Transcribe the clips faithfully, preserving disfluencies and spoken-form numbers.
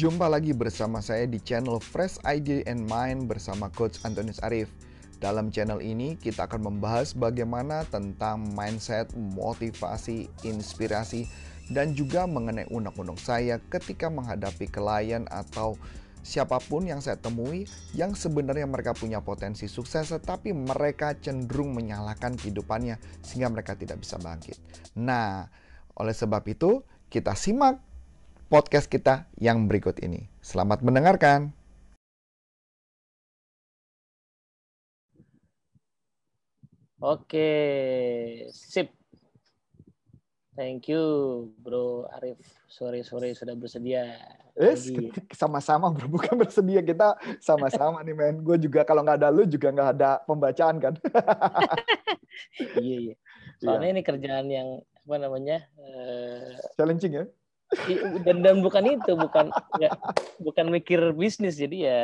Jumpa lagi bersama saya di channel Fresh Idea and Mind bersama Coach Antonius Arif. Dalam channel ini kita akan membahas bagaimana tentang mindset, motivasi, inspirasi, dan juga mengenai unek-unek saya ketika menghadapi klien atau siapapun yang saya temui yang sebenarnya mereka punya potensi sukses tetapi mereka cenderung menyalahkan kehidupannya sehingga mereka tidak bisa bangkit. Nah, oleh sebab itu kita simak podcast kita yang berikut ini. Selamat mendengarkan. Oke, sip. Thank you, Bro Arif. Sore-sore sudah bersedia. Eh, sama-sama bro, bukan bersedia, kita sama-sama nih men. Gue juga kalau nggak ada lu juga nggak ada pembacaan kan. Iya iya. Soalnya iya. Ini kerjaan yang apa namanya? Uh, challenging ya. Dan dan bukan itu, bukan ya, bukan mikir bisnis, jadi ya,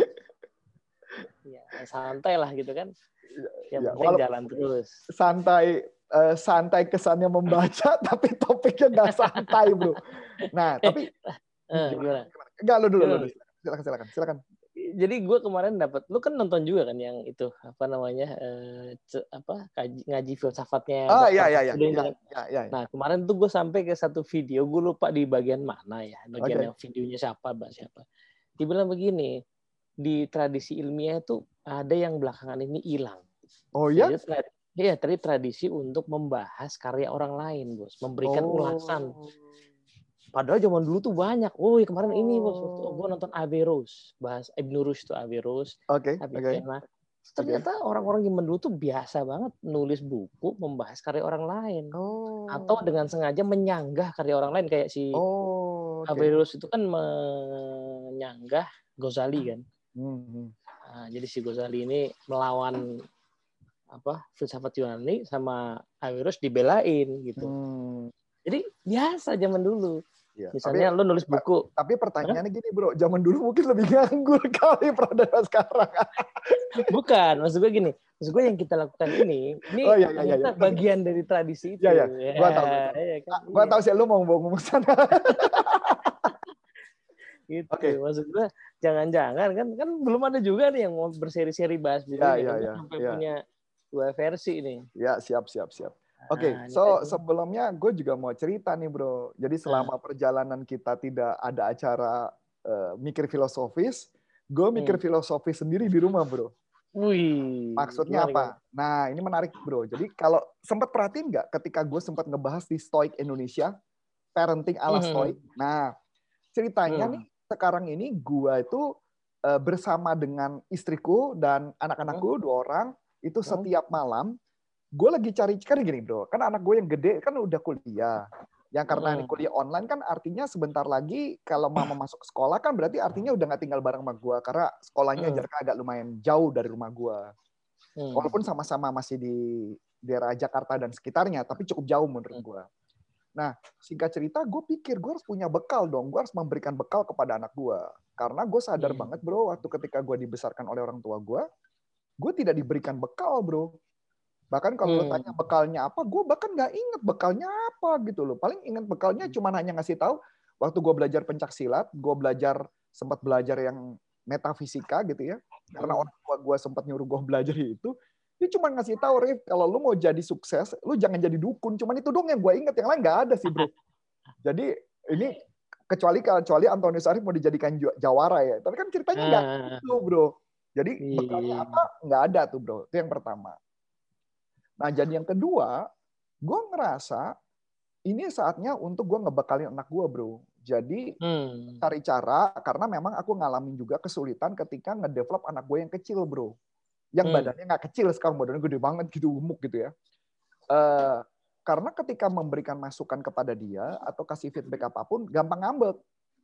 ya santai lah gitu kan. Yang ya, penting jalan terus. Santai. Uh, santai kesannya membaca tapi topiknya nggak santai bro. Nah tapi eh, gimana? Enggak, lu dulu, lu dulu. Silakan, silakan, silakan. Jadi gue kemarin dapat, lu kan nonton juga kan yang itu apa namanya eh, apa kaji, ngaji filsafatnya. Oh iya iya iya. Ya, ya, ya. Nah kemarin tuh gue sampai ke satu video, gue lupa di bagian mana ya, bagian okay. yang videonya siapa, bah siapa. Dia bilang begini, di tradisi ilmiah itu ada yang belakangan ini hilang. Oh iya? Iya, tadi tradisi untuk membahas karya orang lain, Bos. Memberikan oh. ulasan. Padahal zaman dulu tuh banyak. Oh, ya kemarin oh. ini, Bos. Oh, gue nonton Averroes. Bahas Ibn Rushd tuh Averroes. Oke, okay. okay. Ternyata okay. orang-orang zaman dulu tuh biasa banget nulis buku membahas karya orang lain. Oh. Atau dengan sengaja menyanggah karya orang lain. Kayak si oh, okay. Averroes itu kan menyanggah Ghazali kan. Hmm. Nah, jadi si Ghazali ini melawan apa filsafat Yunani sama Averroes dibelain gitu. Hmm. Jadi biasa zaman dulu. Ya, misalnya tapi, lo nulis buku. Tapi pertanyaannya huh? gini bro, zaman dulu mungkin lebih nganggur kali peradaban sekarang. Bukan, maksud gue gini. Maksud gue yang kita lakukan ini, ini oh, iya, iya, iya. bagian dari tradisi itu. Iya, iya. Gue tahu. Ya, kan? Gue tahu sih lo mau ngomong sana. Gitu. Okay. Maksud gue jangan-jangan kan kan belum ada juga nih yang mau berseri-seri bahas buku ya, ya, ya, sampai ya. punya dua versi ini. Ya, siap, siap, siap. Oke, okay, nah, so itu. sebelumnya gue juga mau cerita nih bro. Jadi selama nah. perjalanan kita tidak ada acara uh, mikir filosofis, gue mikir hmm. filosofis sendiri di rumah bro. Wih. Maksudnya gimana, apa? Gimana? Nah ini menarik bro. Jadi kalau sempat perhatiin nggak ketika gue sempat ngebahas di Stoik Indonesia, parenting ala hmm. Stoik. Nah ceritanya hmm. nih sekarang ini gue itu uh, bersama dengan istriku dan anak-anakku hmm. dua orang. Itu setiap malam gue lagi cari kan gini bro, kan anak gue yang gede kan udah kuliah, yang karena ini kuliah online kan artinya sebentar lagi kalau mama masuk ke sekolah kan berarti artinya udah nggak tinggal bareng sama gue karena sekolahnya jaraknya agak lumayan jauh dari rumah gue, walaupun sama-sama masih di daerah Jakarta dan sekitarnya tapi cukup jauh menurut gue. Nah singkat cerita gue pikir gue harus punya bekal dong, gue harus memberikan bekal kepada anak gue karena gue sadar hmm. banget bro waktu ketika gue dibesarkan oleh orang tua gue. Gue tidak diberikan bekal, bro. Bahkan kalau hmm. lo tanya bekalnya apa, gue bahkan nggak inget bekalnya apa gitu loh. Paling inget bekalnya cuma hanya ngasih tahu waktu gue belajar pencak silat, gue belajar sempat belajar yang metafisika gitu ya. Karena hmm. orang tua gue sempat nyuruh gue belajar itu. Dia cuma ngasih tahu, Rif, kalau lo mau jadi sukses, lo jangan jadi dukun. Cuman itu dong yang gue inget, yang lain nggak ada sih, bro. Jadi ini kecuali kecuali Antonius Arif mau dijadikan jawara ya. Tapi kan ceritanya nggak hmm. gitu, bro. Jadi bekalnya apa? Nggak ada tuh bro. Itu yang pertama. Nah jadi yang kedua, gue ngerasa ini saatnya untuk gue ngebekalin anak gue bro. Jadi hmm. cari cara, karena memang aku ngalamin juga kesulitan ketika ngedevelop anak gue yang kecil bro. Yang hmm. badannya nggak kecil sekarang, badannya gede banget gitu, gemuk gitu ya. Uh, karena ketika memberikan masukan kepada dia, atau kasih feedback apapun, gampang ngambek.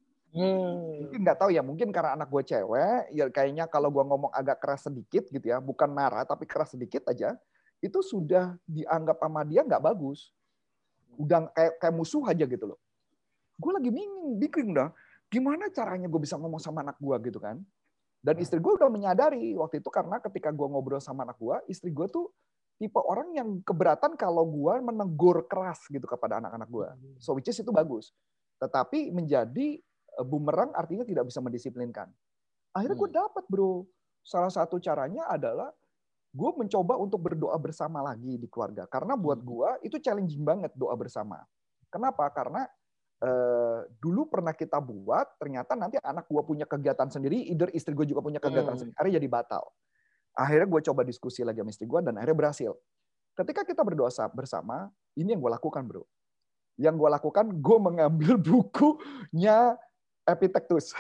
Hmm. Mungkin nggak tahu ya, mungkin karena anak gue cewek, ya kayaknya kalau gue ngomong agak keras sedikit gitu ya, bukan marah tapi keras sedikit aja, itu sudah dianggap sama dia nggak bagus, udah kayak kayak musuh aja gitu loh. Gue lagi bingung, bingung dah, gimana caranya gue bisa ngomong sama anak gue gitu kan? Dan istri gue udah menyadari waktu itu karena ketika gue ngobrol sama anak gue, istri gue tuh tipe orang yang keberatan kalau gue menegur keras gitu kepada anak-anak gue, so which is itu bagus, tetapi menjadi bumerang artinya tidak bisa mendisiplinkan. Akhirnya gue dapat bro. Salah satu caranya adalah gue mencoba untuk berdoa bersama lagi di keluarga. Karena buat gue itu challenging banget doa bersama. Kenapa? Karena eh, dulu pernah kita buat, ternyata nanti anak gue punya kegiatan sendiri, either istri gue juga punya kegiatan sendiri, akhirnya jadi batal. Akhirnya gue coba diskusi lagi sama istri gue dan akhirnya berhasil. Ketika kita berdoa bersama, ini yang gue lakukan bro. Yang gue lakukan, gue mengambil bukunya Epictetus.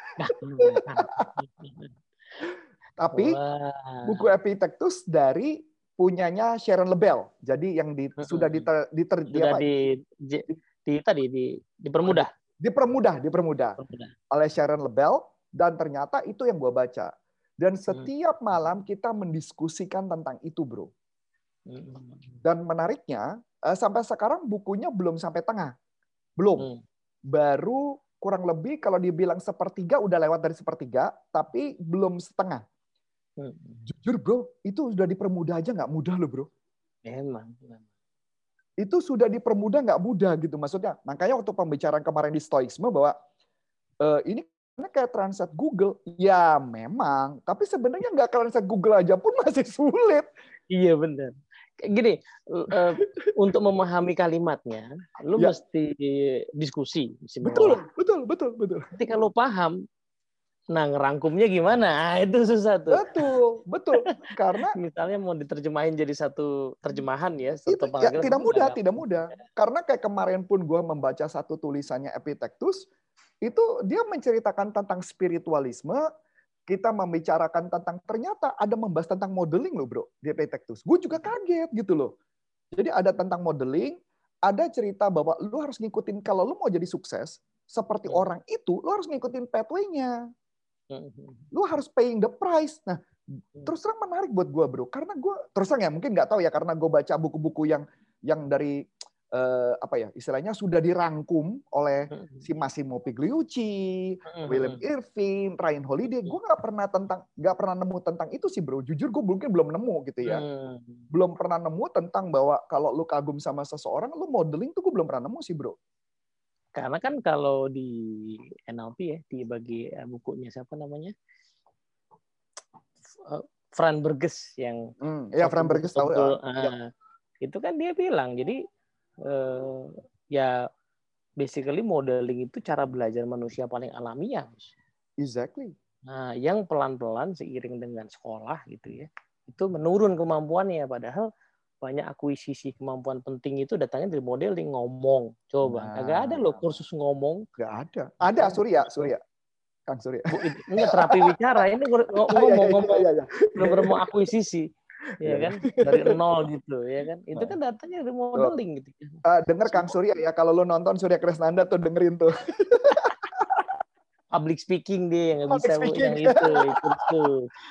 Tapi wow. buku Epictetus dari punyanya Sharon Lebel. Jadi yang di, sudah diter, diter, sudah di, di, di, di tadi di dipermudah. Dipermudah, dipermudah, dipermudah oleh Sharon Lebel dan ternyata itu yang gue baca. Dan setiap malam kita mendiskusikan tentang itu, bro. Dan menariknya sampai sekarang bukunya belum sampai tengah, belum. Baru kurang lebih kalau dibilang sepertiga udah lewat dari sepertiga, tapi belum setengah. Hmm. Jujur bro, itu sudah dipermudah aja nggak mudah loh bro. Emang. Itu sudah dipermudah nggak mudah gitu maksudnya. Makanya waktu pembicaraan kemarin di Stoicisme bahwa uh, ini kayak translate Google, ya memang. Tapi sebenarnya nggak translate Google aja pun masih sulit. Iya benar. Gini, uh, untuk memahami kalimatnya, lu ya. mesti diskusi, mesti betul, betul, betul, betul. Ketika lu paham, nah ngerangkumnya gimana? Itu susah tuh. Betul, betul. Karena misalnya mau diterjemahin jadi satu terjemahan ya, itu ya, tidak mudah, tidak mudah. Karena kayak kemarin pun gue membaca satu tulisannya Epictetus, itu dia menceritakan tentang spiritualisme. Kita membicarakan tentang ternyata ada membahas tentang modeling loh bro di Epictetus. Gue juga kaget gitu loh. Jadi ada tentang modeling, ada cerita bahwa lu harus ngikutin kalau lu mau jadi sukses seperti hmm. orang itu, lu harus ngikutin pathway-nya. Hmm. Lu harus paying the price. Nah, terus terang menarik buat gue bro, karena gue terus terang ya mungkin nggak tahu ya karena gue baca buku-buku yang yang dari Uh, apa ya istilahnya sudah dirangkum oleh si Massimo Pigliucci, William Irving, Ryan Holiday. Gue nggak pernah tentang nggak pernah nemu tentang itu sih bro. Jujur gue mungkin belum nemu gitu ya. Hmm. Belum pernah nemu tentang bahwa kalau lu kagum sama seseorang, lu modeling tuh gue belum pernah nemu sih bro. Karena kan kalau di N L P ya di bagi bukunya siapa namanya Fran Burgess yang hmm, ya Fran Burgess tahu uh, ya. Itu kan dia bilang jadi Uh, ya basically modeling itu cara belajar manusia paling alamiah. Exactly. Nah, yang pelan-pelan seiring dengan sekolah gitu ya, itu menurun kemampuannya. Padahal banyak akuisisi kemampuan penting itu datangnya dari modeling, ngomong. Coba, nah, kagak ada loh kursus ngomong. Gak ada. Ada Surya, Surya. Kang Surya. Bu, itu, enggak terapi bicara, ini ngomong-ngomong. Benar-benar mau akuisisi. Ya kan dari nol gitu ya kan itu kan datanya dari modeling gitu. Uh, denger Kang Surya ya kalau lo nonton Surya Kresnanda tuh dengerin tuh. Public speaking dia yang nggak bisa bu yang itu itu tuh.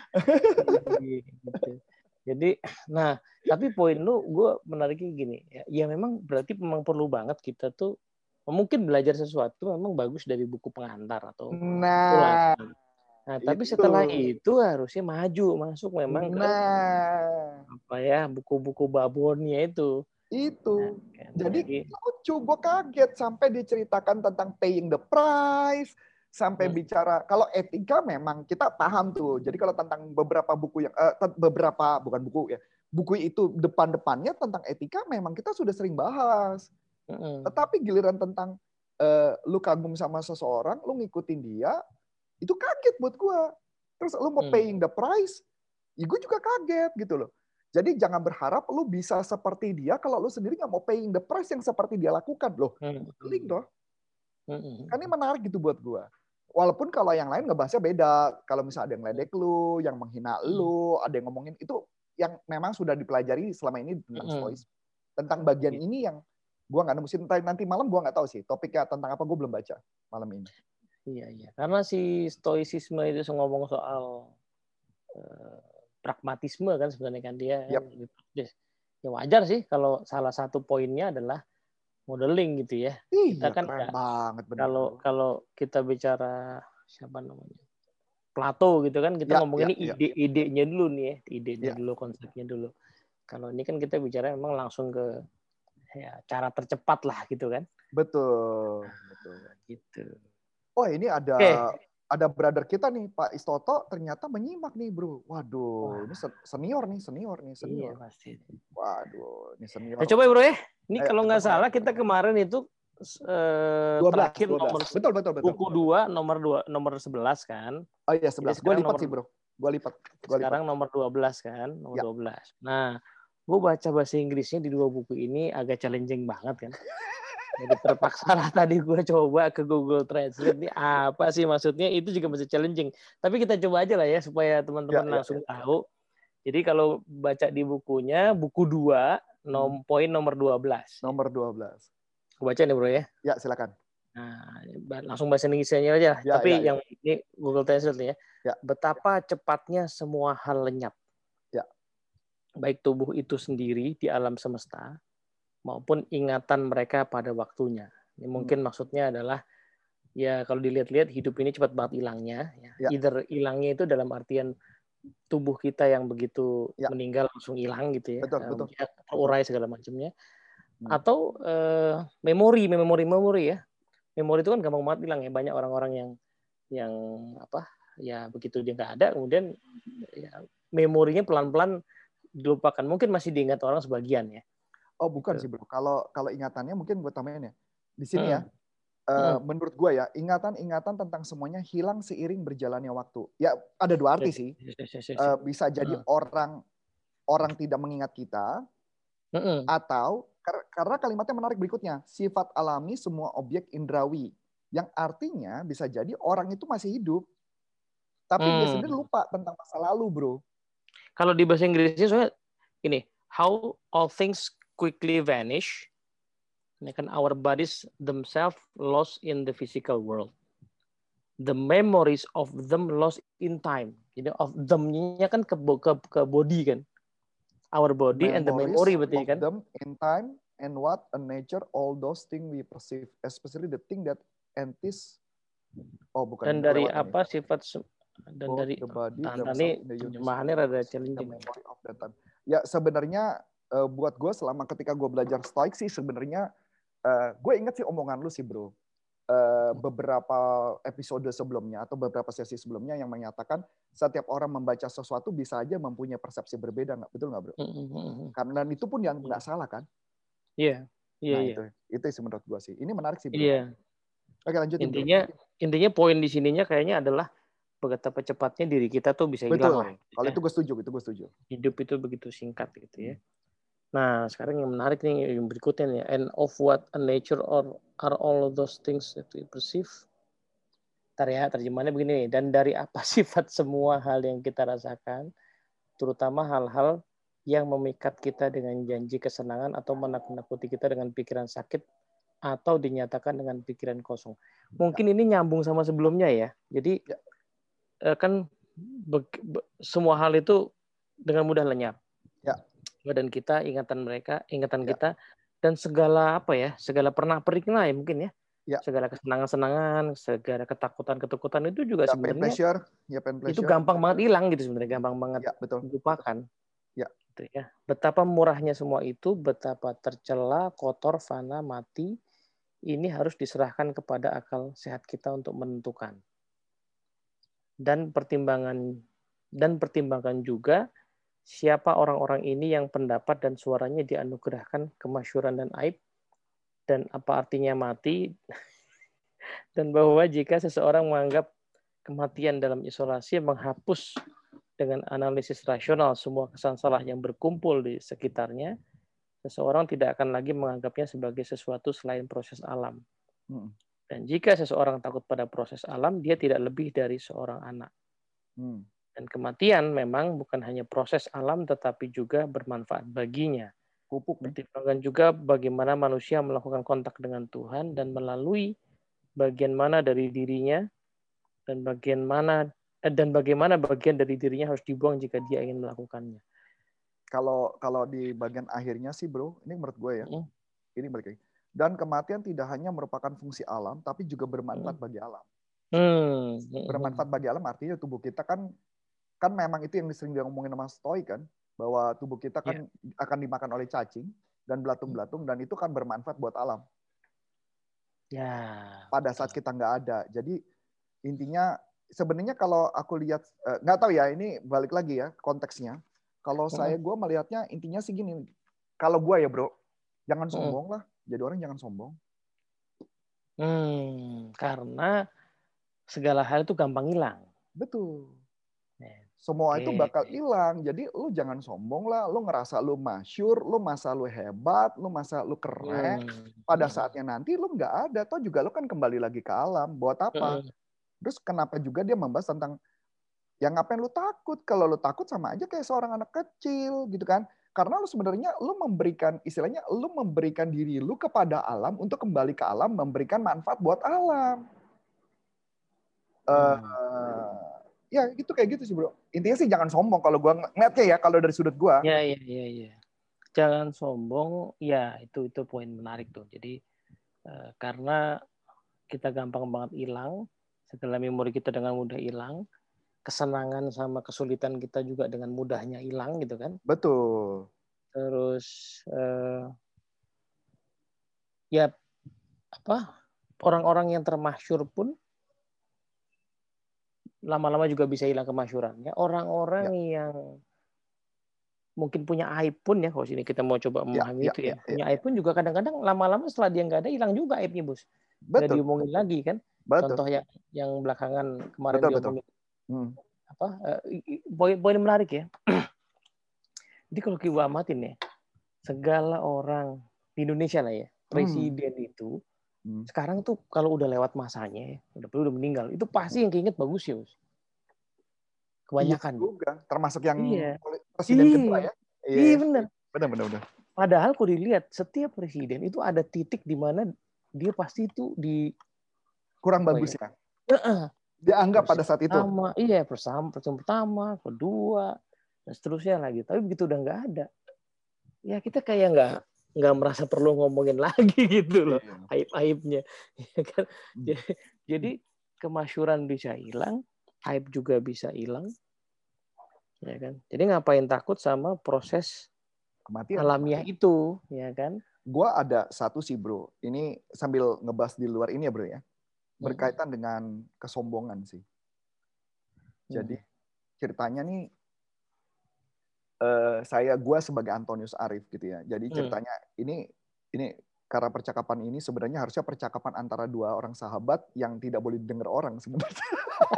Gitu. Jadi nah tapi poin lu gue menariknya gini ya, ya memang berarti memang perlu banget kita tuh mungkin belajar sesuatu memang bagus dari buku pengantar atau nah. Nah, tapi itu. Setelah itu harusnya maju masuk memang nah. ke apa ya buku-buku babonnya itu. Itu. Nah, kan, jadi, jadi lucu, gue kaget sampai diceritakan tentang paying the price, sampai hmm. bicara kalau etika memang kita paham tuh. Jadi kalau tentang beberapa buku yang uh, beberapa bukan buku ya, buku itu depan-depannya tentang etika memang kita sudah sering bahas. Hmm. Tetapi giliran tentang uh, lu kagum sama seseorang, lu ngikutin dia, itu kaget buat gue. Terus lu mau paying the price, ya gue juga kaget gitu loh. Jadi jangan berharap lu bisa seperti dia kalau lu sendiri nggak mau paying the price yang seperti dia lakukan loh. Modeling doh. Kan ini menarik gitu buat gue. Walaupun kalau yang lain ngebahasnya beda. Kalau misalnya ada yang ledek lu, yang menghina lu, ada yang ngomongin itu yang memang sudah dipelajari selama ini tentang stoicism. Tentang bagian ini yang gue nggak nemu. Nanti malam gue nggak tahu sih topiknya tentang apa, gue belum baca malam ini. Iya, iya. Karena si stoicisme itu ngomong soal uh, pragmatisme kan sebenarnya kan dia. Yep. Kan, ya wajar sih kalau salah satu poinnya adalah modeling gitu ya. Iya, kita kan keren ya, banget. Bener. Kalau kalau kita bicara siapa namanya Plato gitu kan kita ya, ngomong ya, ini ya. ide-idenya dulu nih ya, idenya ya. dulu, konsepnya dulu. Kalau ini kan kita bicara memang langsung ke ya cara tercepat lah gitu kan. Betul. Nah, betul. Gitu. Oh ini ada okay. ada brother kita nih Pak Istoto ternyata menyimak nih bro. Waduh, Wah. ini senior nih, senior nih, senior. Iya pasti. Waduh, ini senior. Nah, coba ya bro ya. Ini Ayo, kalau nggak salah kita kemarin itu eh, dua belas, terakhir dua belas. nomor betul, betul, betul. buku dua nomor dua nomor sebelas kan. Oh iya sebelas. Gue lipat nomor, sih bro. Gue lipat. Gua sekarang lipat. nomor dua belas kan, nomor ya. dua belas. Nah, gue baca bahasa Inggrisnya di dua buku ini agak challenging banget kan. Jadi terpaksa lah tadi gue coba ke Google Translate ini apa sih maksudnya, itu juga masih challenging. Tapi kita coba aja lah ya supaya teman-teman ya, langsung ya, ya. tahu. Jadi kalau baca di bukunya, buku dua, nom, hmm. poin nomor dua belas. Nomor dua belas. Gue baca nih bro ya. Ya silakan. Nah, langsung bahasa Indonesia-nya aja. Ya, Tapi ya, ya. yang ini Google Translate nih ya. ya. Betapa cepatnya semua hal lenyap. Ya. Baik tubuh itu sendiri di alam semesta, maupun ingatan mereka pada waktunya. Ini mungkin hmm. maksudnya adalah ya kalau dilihat-lihat hidup ini cepat banget hilangnya. Ya. Ya. Either hilangnya itu dalam artian tubuh kita yang begitu ya. meninggal langsung hilang gitu ya, betul, betul. terurai segala macamnya. Hmm. Atau eh, memori, memori, memori ya. Memori itu kan gampang banget hilang ya. Banyak orang-orang yang yang apa ya begitu dia nggak ada, kemudian ya, memorinya pelan-pelan dilupakan. Mungkin masih diingat orang sebagian ya. Oh bukan gitu. sih bro. Kalau kalau ingatannya mungkin gue tambahin ya. Di sini hmm. ya. Uh, hmm. Menurut gue ya, ingatan-ingatan tentang semuanya hilang seiring berjalannya waktu. Ya ada dua arti sih. Uh, bisa jadi hmm. orang orang tidak mengingat kita, hmm. atau karena kalimatnya menarik berikutnya, sifat alami semua objek indrawi, yang artinya bisa jadi orang itu masih hidup, tapi hmm. dia sendiri lupa tentang masa lalu, bro. Kalau di bahasa Inggrisnya soalnya ini, how all things quickly vanish. Ini kan our bodies themselves lost in the physical world. The memories of them lost in time. Jadi of them-nya kan ke, ke, ke body kan. Our body memories and the memory berarti kan. Them in time and what a nature all those things we perceive, especially the thing that entities. Oh bukan. Dan dari apa ini. Sifat dan Both dari the body ini terjemahannya rada challenging. Ya sebenarnya uh, buat gue selama ketika gue belajar stoik sih sebenarnya Uh, gue inget sih omongan lu sih bro, uh, beberapa episode sebelumnya atau beberapa sesi sebelumnya yang menyatakan setiap orang membaca sesuatu bisa aja mempunyai persepsi berbeda, nggak betul nggak bro? Mm-hmm. Karena itu pun yang nggak salah kan? Iya. Yeah. Yeah, nah yeah. itu itu sih menurut gue sih. Ini menarik sih bro. Iya. Yeah. Oke lanjut. Intinya bro. intinya poin di sininya kayaknya adalah betapa cepatnya diri kita tuh bisa hilang lah. Kalau ya. itu gue setuju, itu gue setuju. Hidup itu begitu singkat gitu ya. Hmm. Nah, sekarang yang menarik nih yang berikutnya nih, and of what a nature or are all of those things that we perceive. Ntar ya, terjemahannya begini nih, dan dari apa sifat semua hal yang kita rasakan, terutama hal-hal yang memikat kita dengan janji kesenangan atau menakut-nakuti kita dengan pikiran sakit atau dinyatakan dengan pikiran kosong. Mungkin ini nyambung sama sebelumnya ya. Jadi ya. kan be, be, semua hal itu dengan mudah lenyap. Ya. Dan kita, ingatan mereka, ingatan ya. kita, dan segala apa ya, segala pernah periklah ya mungkin ya, ya. segala kesenangan-senangan, segala ketakutan-ketakutan itu juga ya, sebenarnya pleasure. Ya, itu gampang banget hilang gitu sebenarnya, gampang banget ya, betul. dilupakan. Ya. Gitu ya. Betapa murahnya semua itu, betapa tercela, kotor, fana, mati, ini harus diserahkan kepada akal sehat kita untuk menentukan. Dan pertimbangan dan pertimbangkan juga siapa orang-orang ini yang pendapat dan suaranya dianugerahkan kemasyhuran dan aib, dan apa artinya mati, dan bahwa jika seseorang menganggap kematian dalam isolasi menghapus dengan analisis rasional semua kesan salah yang berkumpul di sekitarnya, seseorang tidak akan lagi menganggapnya sebagai sesuatu selain proses alam. Hmm. Dan jika seseorang takut pada proses alam, dia tidak lebih dari seorang anak. Hmm. Dan kematian memang bukan hanya proses alam, tetapi juga bermanfaat baginya. Pupuk. Pertimbangkan juga bagaimana manusia melakukan kontak dengan Tuhan dan melalui bagian mana dari dirinya dan bagian mana dan bagaimana bagian dari dirinya harus dibuang jika dia ingin melakukannya. Kalau kalau di bagian akhirnya sih bro, ini menurut gue ya, mm. ini balik lagi. Dan kematian tidak hanya merupakan fungsi alam, tapi juga bermanfaat mm. bagi alam. Mm. Bermanfaat bagi alam artinya tubuh kita kan kan memang itu yang sering dia ngomongin sama stoik kan, bahwa tubuh kita kan yeah. akan dimakan oleh cacing dan belatung-belatung, dan itu kan bermanfaat buat alam. Ya. Pada saat kita nggak ada. Jadi intinya sebenarnya kalau aku lihat, nggak tahu ya, ini balik lagi ya konteksnya. Kalau saya, gue melihatnya intinya sih gini. Kalau gue ya bro, jangan sombong lah. Jadi orang jangan sombong. Hmm, karena segala hal itu gampang hilang. Betul. Semua okay. itu bakal hilang. Jadi lu jangan sombong lah. Lu ngerasa lu masyur, lu masa lu hebat, lu masa lu keren. Hmm. Pada saatnya nanti lu nggak ada. Toh juga lu kan kembali lagi ke alam. Buat apa? Hmm. Terus kenapa juga dia membahas tentang yang ngapain lu takut? Kalau lu takut sama aja kayak seorang anak kecil gitu kan. Karena lu sebenarnya lu memberikan, istilahnya lu memberikan diri lu kepada alam untuk kembali ke alam, memberikan manfaat buat alam. Hmm. Uh, ya gitu kayak gitu sih bro. Intinya sih jangan sombong kalau gua ngeliatnya ya, kalau dari sudut gua. Ya ya ya ya. Jangan sombong, ya itu itu poin menarik tuh. Jadi uh, karena kita gampang banget hilang, segala memori kita dengan mudah hilang, kesenangan sama kesulitan kita juga dengan mudahnya hilang gitu kan. Betul. Terus uh, ya apa orang-orang yang termasyhur pun lama-lama juga bisa hilang kemasyhurannya. Orang-orang ya. yang mungkin punya aib pun ya, kalau sini kita mau coba memahami ya, itu ya, ya, punya ya. aib pun juga kadang-kadang lama-lama setelah dia nggak ada hilang juga aibnya bos. Nggak diomongin lagi kan. Betul. Contoh yang yang belakangan kemarin betul, diomongin betul. Hmm. apa poin-poin menarik ya. Jadi kalau kita amatin ya, segala orang di Indonesia lah ya, presiden hmm. itu hmm. sekarang tuh kalau udah lewat masanya, udah udah meninggal, itu pasti yang keinget bagus ya bos. Kebanyakan iya juga, termasuk yang iya. presiden iya. kedua ya. Iya, iya benar. Benar, benar, benar. Padahal kalau dilihat setiap presiden itu ada titik di mana dia pasti itu di kurang bagus ya. ya. Dianggap pada saat itu. Pertama, iya bersama pertemuan pertama, kedua, dan seterusnya lagi. Tapi begitu udah nggak ada, ya kita kayak nggak nggak merasa perlu ngomongin lagi gitu loh, iya. aib-aibnya. kan? Hmm. Jadi kemasyhuran bisa hilang. Aib juga bisa hilang, ya kan? Jadi ngapain takut sama proses kematian alamiah itu, ya kan? Gua ada satu sih bro, ini sambil ngebahas di luar ini ya bro ya, berkaitan hmm. dengan kesombongan sih. Jadi hmm. ceritanya nih, uh, saya gua sebagai Antonius Arif gitu ya. Jadi ceritanya hmm. ini ini karena percakapan ini sebenarnya harusnya percakapan antara dua orang sahabat yang tidak boleh didengar orang sebenarnya.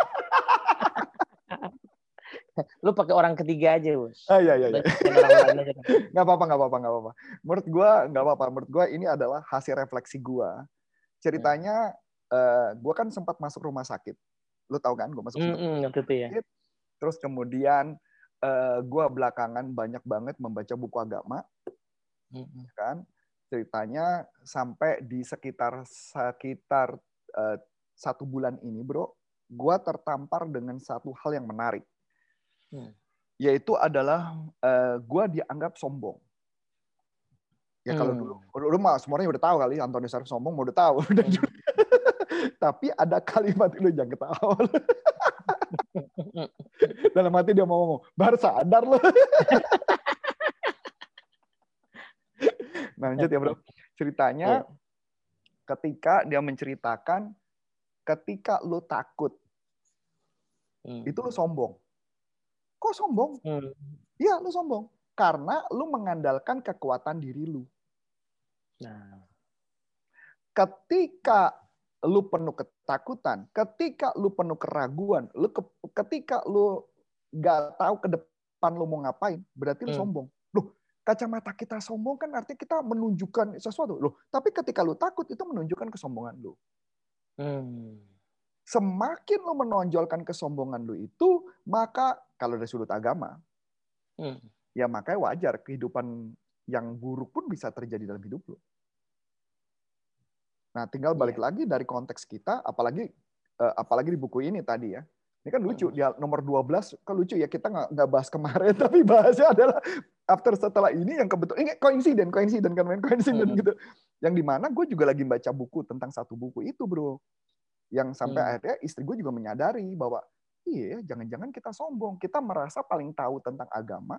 Lu pakai orang ketiga aja, bos. Ah iya iya. iya. Nggak apa-apa, nggak apa-apa, nggak apa-apa. Menurut gue nggak apa-apa. Menurut gue ini adalah hasil refleksi gue. Ceritanya, hmm. uh, gue kan sempat masuk rumah sakit. Lu tahu kan, gue masuk mm, rumah mm, sakit. Ya. Terus kemudian uh, gue belakangan banyak banget membaca buku agama, hmm. kan? Ceritanya sampai di sekitar sekitar uh, satu bulan ini, bro, gue tertampar dengan satu hal yang menarik. Hmm. Yaitu adalah uh, gue dianggap sombong. Ya kalau hmm. dulu, lu mah semuanya udah tahu kali Antonius Arif sombong, mau udah tahu. Hmm. Tapi ada kalimat lu jangan ketawa. Dalam hati dia mau ngomong, baru sadar lu. Nah lanjut ya bro. Ceritanya yeah. ketika dia menceritakan, ketika lu takut, hmm. itu lu sombong. Kok sombong? Iya, hmm. lu sombong. Karena lu mengandalkan kekuatan diri lu. Nah. Ketika lu penuh ketakutan, ketika lu penuh keraguan, lu ke, ketika lu nggak tahu ke depan lu mau ngapain, berarti lu hmm. sombong. Loh, kacamata kita sombong kan artinya kita menunjukkan sesuatu. Loh, tapi ketika lu takut, itu menunjukkan kesombongan lu. Hmm. Semakin lu menonjolkan kesombongan lu itu, maka kalau dari sudut agama, hmm. ya makanya wajar kehidupan yang buruk pun bisa terjadi dalam hidup lu. Nah, tinggal balik yeah. lagi dari konteks kita, apalagi uh, apalagi di buku ini tadi ya. Ini kan lucu, hmm. dia nomor dua belas, kan lucu ya, kita nggak nggak bahas kemarin, tapi bahasnya adalah after setelah ini yang kebetulan, ini koinsiden, koinsiden kan main koinsiden hmm. gitu. Yang dimana gue juga lagi baca buku tentang satu buku itu, bro. Yang sampai hmm. akhirnya istri gue juga menyadari bahwa iya, jangan-jangan kita sombong. Kita merasa paling tahu tentang agama.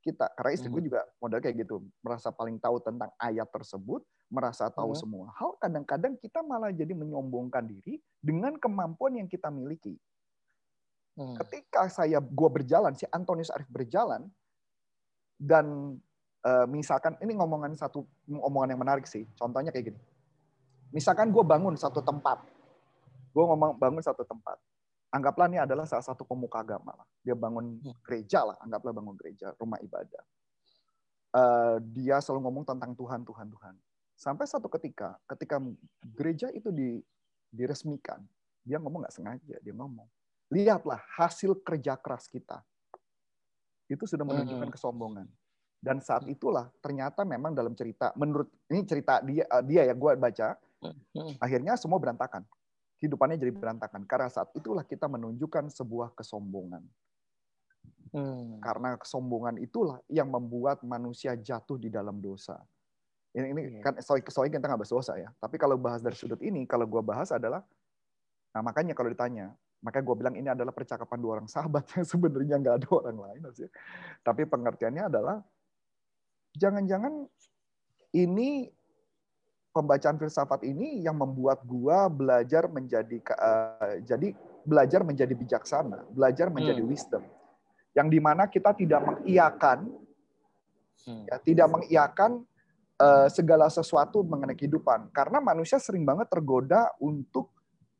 kita, karena istri gue juga model kayak gitu, merasa paling tahu tentang ayat tersebut, merasa tahu hmm. semua hal, kadang-kadang kita malah jadi menyombongkan diri dengan kemampuan yang kita miliki. Hmm. Ketika saya gue berjalan, si Antonius Arif berjalan, dan uh, misalkan, ini ngomongan satu omongan yang menarik sih, contohnya kayak gini. Misalkan gue bangun satu tempat, gue ngomong bangun satu tempat, anggaplah ini adalah salah satu pemuka agama lah. Dia bangun gereja lah, anggaplah bangun gereja, rumah ibadah. Uh, dia selalu ngomong tentang Tuhan, Tuhan, Tuhan. Sampai satu ketika, ketika gereja itu di, diresmikan, dia ngomong nggak sengaja, dia ngomong, lihatlah hasil kerja keras kita. Itu sudah menunjukkan kesombongan. Dan saat itulah ternyata memang dalam cerita, menurut ini cerita dia, dia ya gue baca, akhirnya semua berantakan. Kehidupannya jadi berantakan. Karena saat itulah kita menunjukkan sebuah kesombongan. Hmm. Karena kesombongan itulah yang membuat manusia jatuh di dalam dosa. Ini, ini yeah. kan soal kita nggak bahas dosa ya. Tapi kalau bahas dari sudut ini, kalau gue bahas adalah, nah makanya kalau ditanya, makanya gue bilang ini adalah percakapan dua orang sahabat yang sebenarnya nggak ada orang lain. Maksudnya. Tapi pengertiannya adalah, jangan-jangan ini pembacaan filsafat ini yang membuat gua belajar menjadi uh, jadi belajar menjadi bijaksana, belajar menjadi hmm. wisdom. Yang dimana kita tidak mengiyakan, hmm. ya, tidak mengiyakan uh, segala sesuatu mengenai kehidupan. Karena manusia sering banget tergoda untuk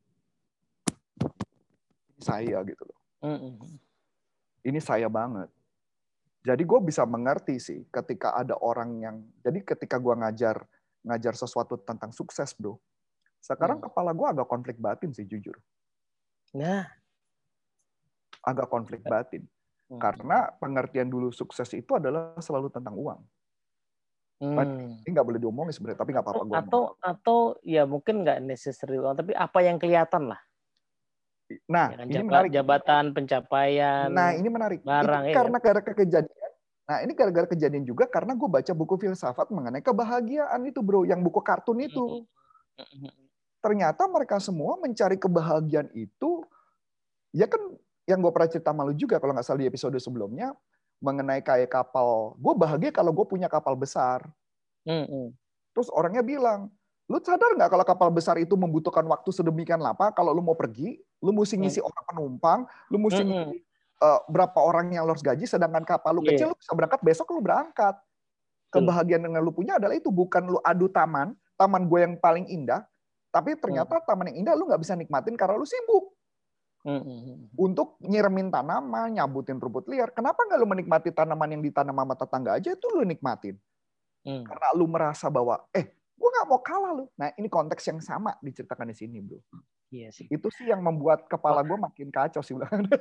saya gitu loh. Hmm. Ini saya banget. Jadi gue bisa mengerti sih ketika ada orang yang, jadi ketika gue ngajar ngajar sesuatu tentang sukses, bro. Sekarang hmm. kepala gue agak konflik batin sih, jujur. Nah. Agak konflik batin. Hmm. Karena pengertian dulu sukses itu adalah selalu tentang uang. Hmm. Ini nggak boleh diomongin sebenarnya, tapi nggak apa-apa gue Atau, ngomong. Atau ya mungkin nggak necessary uang, tapi apa yang kelihatan lah. Nah, ya kan, ini jabat, menarik. Jabatan, pencapaian, Nah, ini menarik. Barang, itu ya karena gara-gara kejadian. Nah, ini gara-gara kejadian juga karena gue baca buku filsafat mengenai kebahagiaan itu, bro. Yang buku kartun itu. Ternyata mereka semua mencari kebahagiaan itu, ya kan yang gue pernah cerita malu juga, kalau nggak salah di episode sebelumnya, mengenai kayak kapal. Gue bahagia kalau gue punya kapal besar. Terus orangnya bilang, lu sadar nggak kalau kapal besar itu membutuhkan waktu sedemikian lama, kalau lu mau pergi, lu mesti ngisi orang penumpang, lu mesti ngisi Uh, berapa orang yang lo harus gaji, sedangkan kapal lu kecil, yeah. lu bisa berangkat besok lu berangkat. Kebahagiaan yang lu punya adalah itu, bukan lu adu taman, taman gue yang paling indah, tapi ternyata mm. taman yang indah lu nggak bisa nikmatin karena lu sibuk. Mm-hmm. Untuk nyiremin tanaman, nyabutin rumput liar, kenapa nggak lu menikmati tanaman yang ditanam sama tetangga aja, itu lu nikmatin. Mm. Karena lu merasa bahwa, eh, gue nggak mau kalah lu. Nah, ini konteks yang sama diceritakan di sini, bro. Iya sih. Itu sih yang membuat kepala gue makin kacau sih.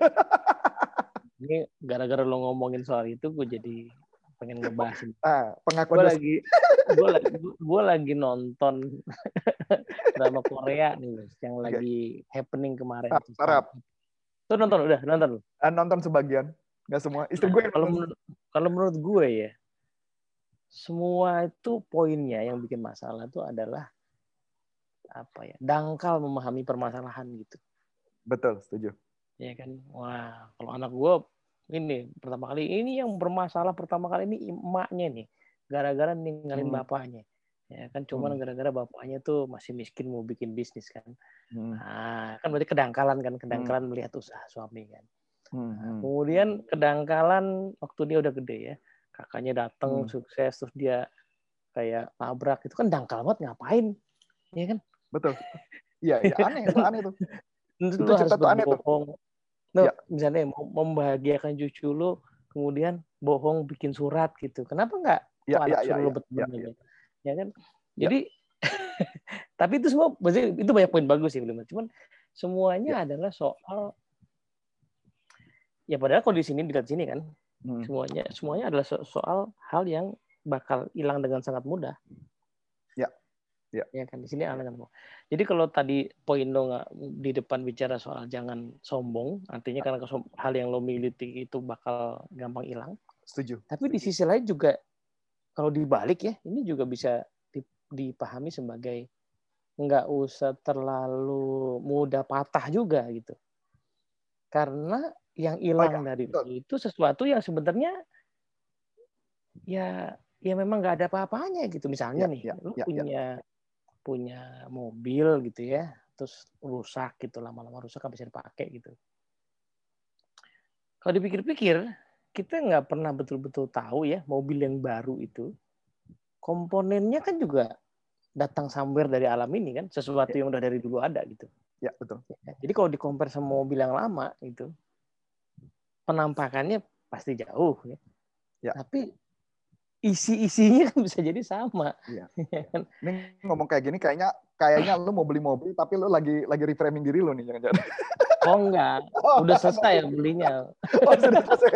Ini gara-gara lo ngomongin soal itu, gue jadi pengen ngebahas. Ah, pengakuan gue lagi, gue lagi, gue lagi nonton drama Korea nih, yang okay. lagi happening kemarin. Harap. Tuh nonton, udah nonton. Ah, nonton sebagian, nggak semua. Istri gue. Nah, kalau menurut, kalau menurut gue ya, semua itu poinnya yang bikin masalah itu adalah apa ya? Dangkal memahami permasalahan gitu. Betul, setuju. Ya kan, wah kalau anak gue ini pertama kali ini yang bermasalah pertama kali ini emaknya nih, gara-gara ninggalin hmm. bapaknya, ya kan cuman hmm. gara-gara bapaknya tuh masih miskin mau bikin bisnis kan, hmm. nah kan berarti kedangkalan kan, kedangkalan hmm. melihat usaha suami kan, hmm. nah, kemudian kedangkalan waktu dia udah gede ya, kakaknya datang hmm. sukses terus dia kayak nabrak, itu kan dangkal banget, ngapain, ya kan? Betul, iya, ya, aneh itu aneh tuh. Itu, itu harus berbohong. No, ya. Misalnya mau membahagiakan cucu lo, kemudian bohong bikin surat gitu. Kenapa nggak ya, anak ya, suruh ya, lo betul ya, gitu? ya. Ya kan? Jadi ya. Tapi itu semua itu banyak poin bagus sih, belum. Cuman semuanya ya. adalah soal ya padahal kalau di sini dilihat sini kan, hmm. semuanya semuanya adalah so soal hal yang bakal hilang dengan sangat mudah. Ya. Ya. Ya kan di sini ya. Jadi kalau tadi poin lo nggak di depan bicara soal jangan sombong, artinya karena hal yang lo miliki itu bakal gampang hilang. Setuju. Tapi Setuju. di sisi lain juga kalau dibalik ya, ini juga bisa dipahami sebagai nggak usah terlalu mudah patah juga gitu. Karena yang hilang oh, ya. dari Betul. itu sesuatu yang sebenarnya ya ya memang nggak ada apa-apanya gitu. Misalnya Ya, nih, ya, lu ya, punya ya. punya mobil gitu ya, terus rusak gitu, lama-lama rusak nggak bisa dipakai gitu. Kalau dipikir-pikir, kita nggak pernah betul-betul tahu ya mobil yang baru itu komponennya kan juga datang somewhere dari alam ini kan, sesuatu Ya, yang udah dari dulu ada gitu. ya betul. Jadi kalau di compare sama mobil yang lama itu, penampakannya pasti jauh ya. Ya. Tapi isi-isinya kan bisa jadi sama. Iya. Ini ngomong kayak gini kayaknya kayaknya lu mau beli mobil tapi lu lagi lagi reframing diri lu nih jangan-jangan. Oh enggak, udah selesai ya belinya. Oh, sudah selesai.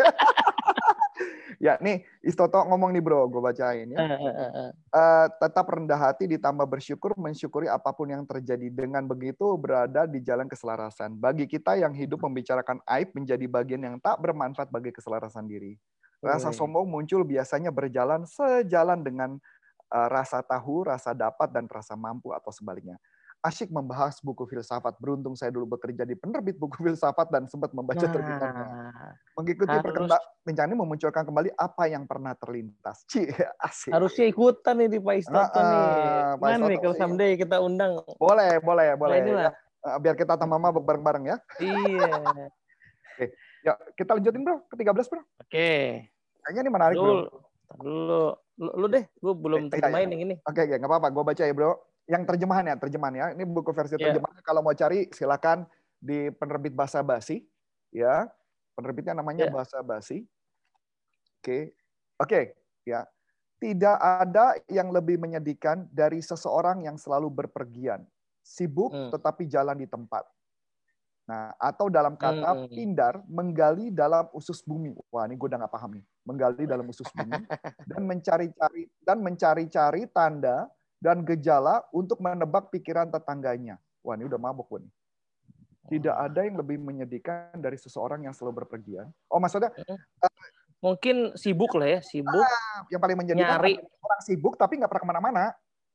Ya, nih Istoto ngomong nih bro, gue bacain ya. Uh, uh, uh. Uh, tetap rendah hati ditambah bersyukur, mensyukuri apapun yang terjadi. Dengan begitu berada di jalan keselarasan. Bagi kita yang hidup membicarakan aib menjadi bagian yang tak bermanfaat bagi keselarasan diri. Rasa sombong muncul biasanya berjalan sejalan dengan uh, rasa tahu, rasa dapat, dan rasa mampu atau sebaliknya. Asyik membahas buku filsafat. Beruntung saya dulu bekerja di penerbit buku filsafat dan sempat membaca nah, terbitannya. Mengikuti harus, perkembangan ini memunculkan kembali apa yang pernah terlintas. Cih, asik. Harusnya ikutan nih di Pak Istoto uh, nih. Mana nih kalau someday kita undang? Boleh, boleh, boleh. Nah, ya. Biar kita tambah mabuk bareng-bareng ya. Iya. Oke. Ya, kita lanjutin bro, ke tiga belas bro. Oke. Kayaknya ini menarik dulu, bro. Dulu, lu, lu deh, gue belum terjemahin yang ini. Oke, oke, nggak apa-apa, gue baca ya bro. Yang terjemahan ya, terjemahan ya. Ini buku versi yeah. terjemahan. Kalau mau cari, silakan di penerbit Basa Basi. Ya, penerbitnya namanya yeah. Basa Basi. Oke, oke, ya. Tidak ada yang lebih menyedihkan dari seseorang yang selalu berpergian, sibuk hmm. tetapi jalan di tempat. Nah, atau dalam kata hmm. pindar, menggali dalam usus bumi. Wah, ini gue udah nggak paham nih. Menggali dalam usus bumi dan mencari-cari dan mencari-cari tanda dan gejala untuk menebak pikiran tetangganya. Wah, ini udah mabuk gue nih. Tidak ada yang lebih menyedihkan dari seseorang yang selalu berpergian. Oh, maksudnya mungkin sibuk lah ya, sibuk. Yang paling menyedihkan nyari orang sibuk tapi nggak pernah kemana-mana.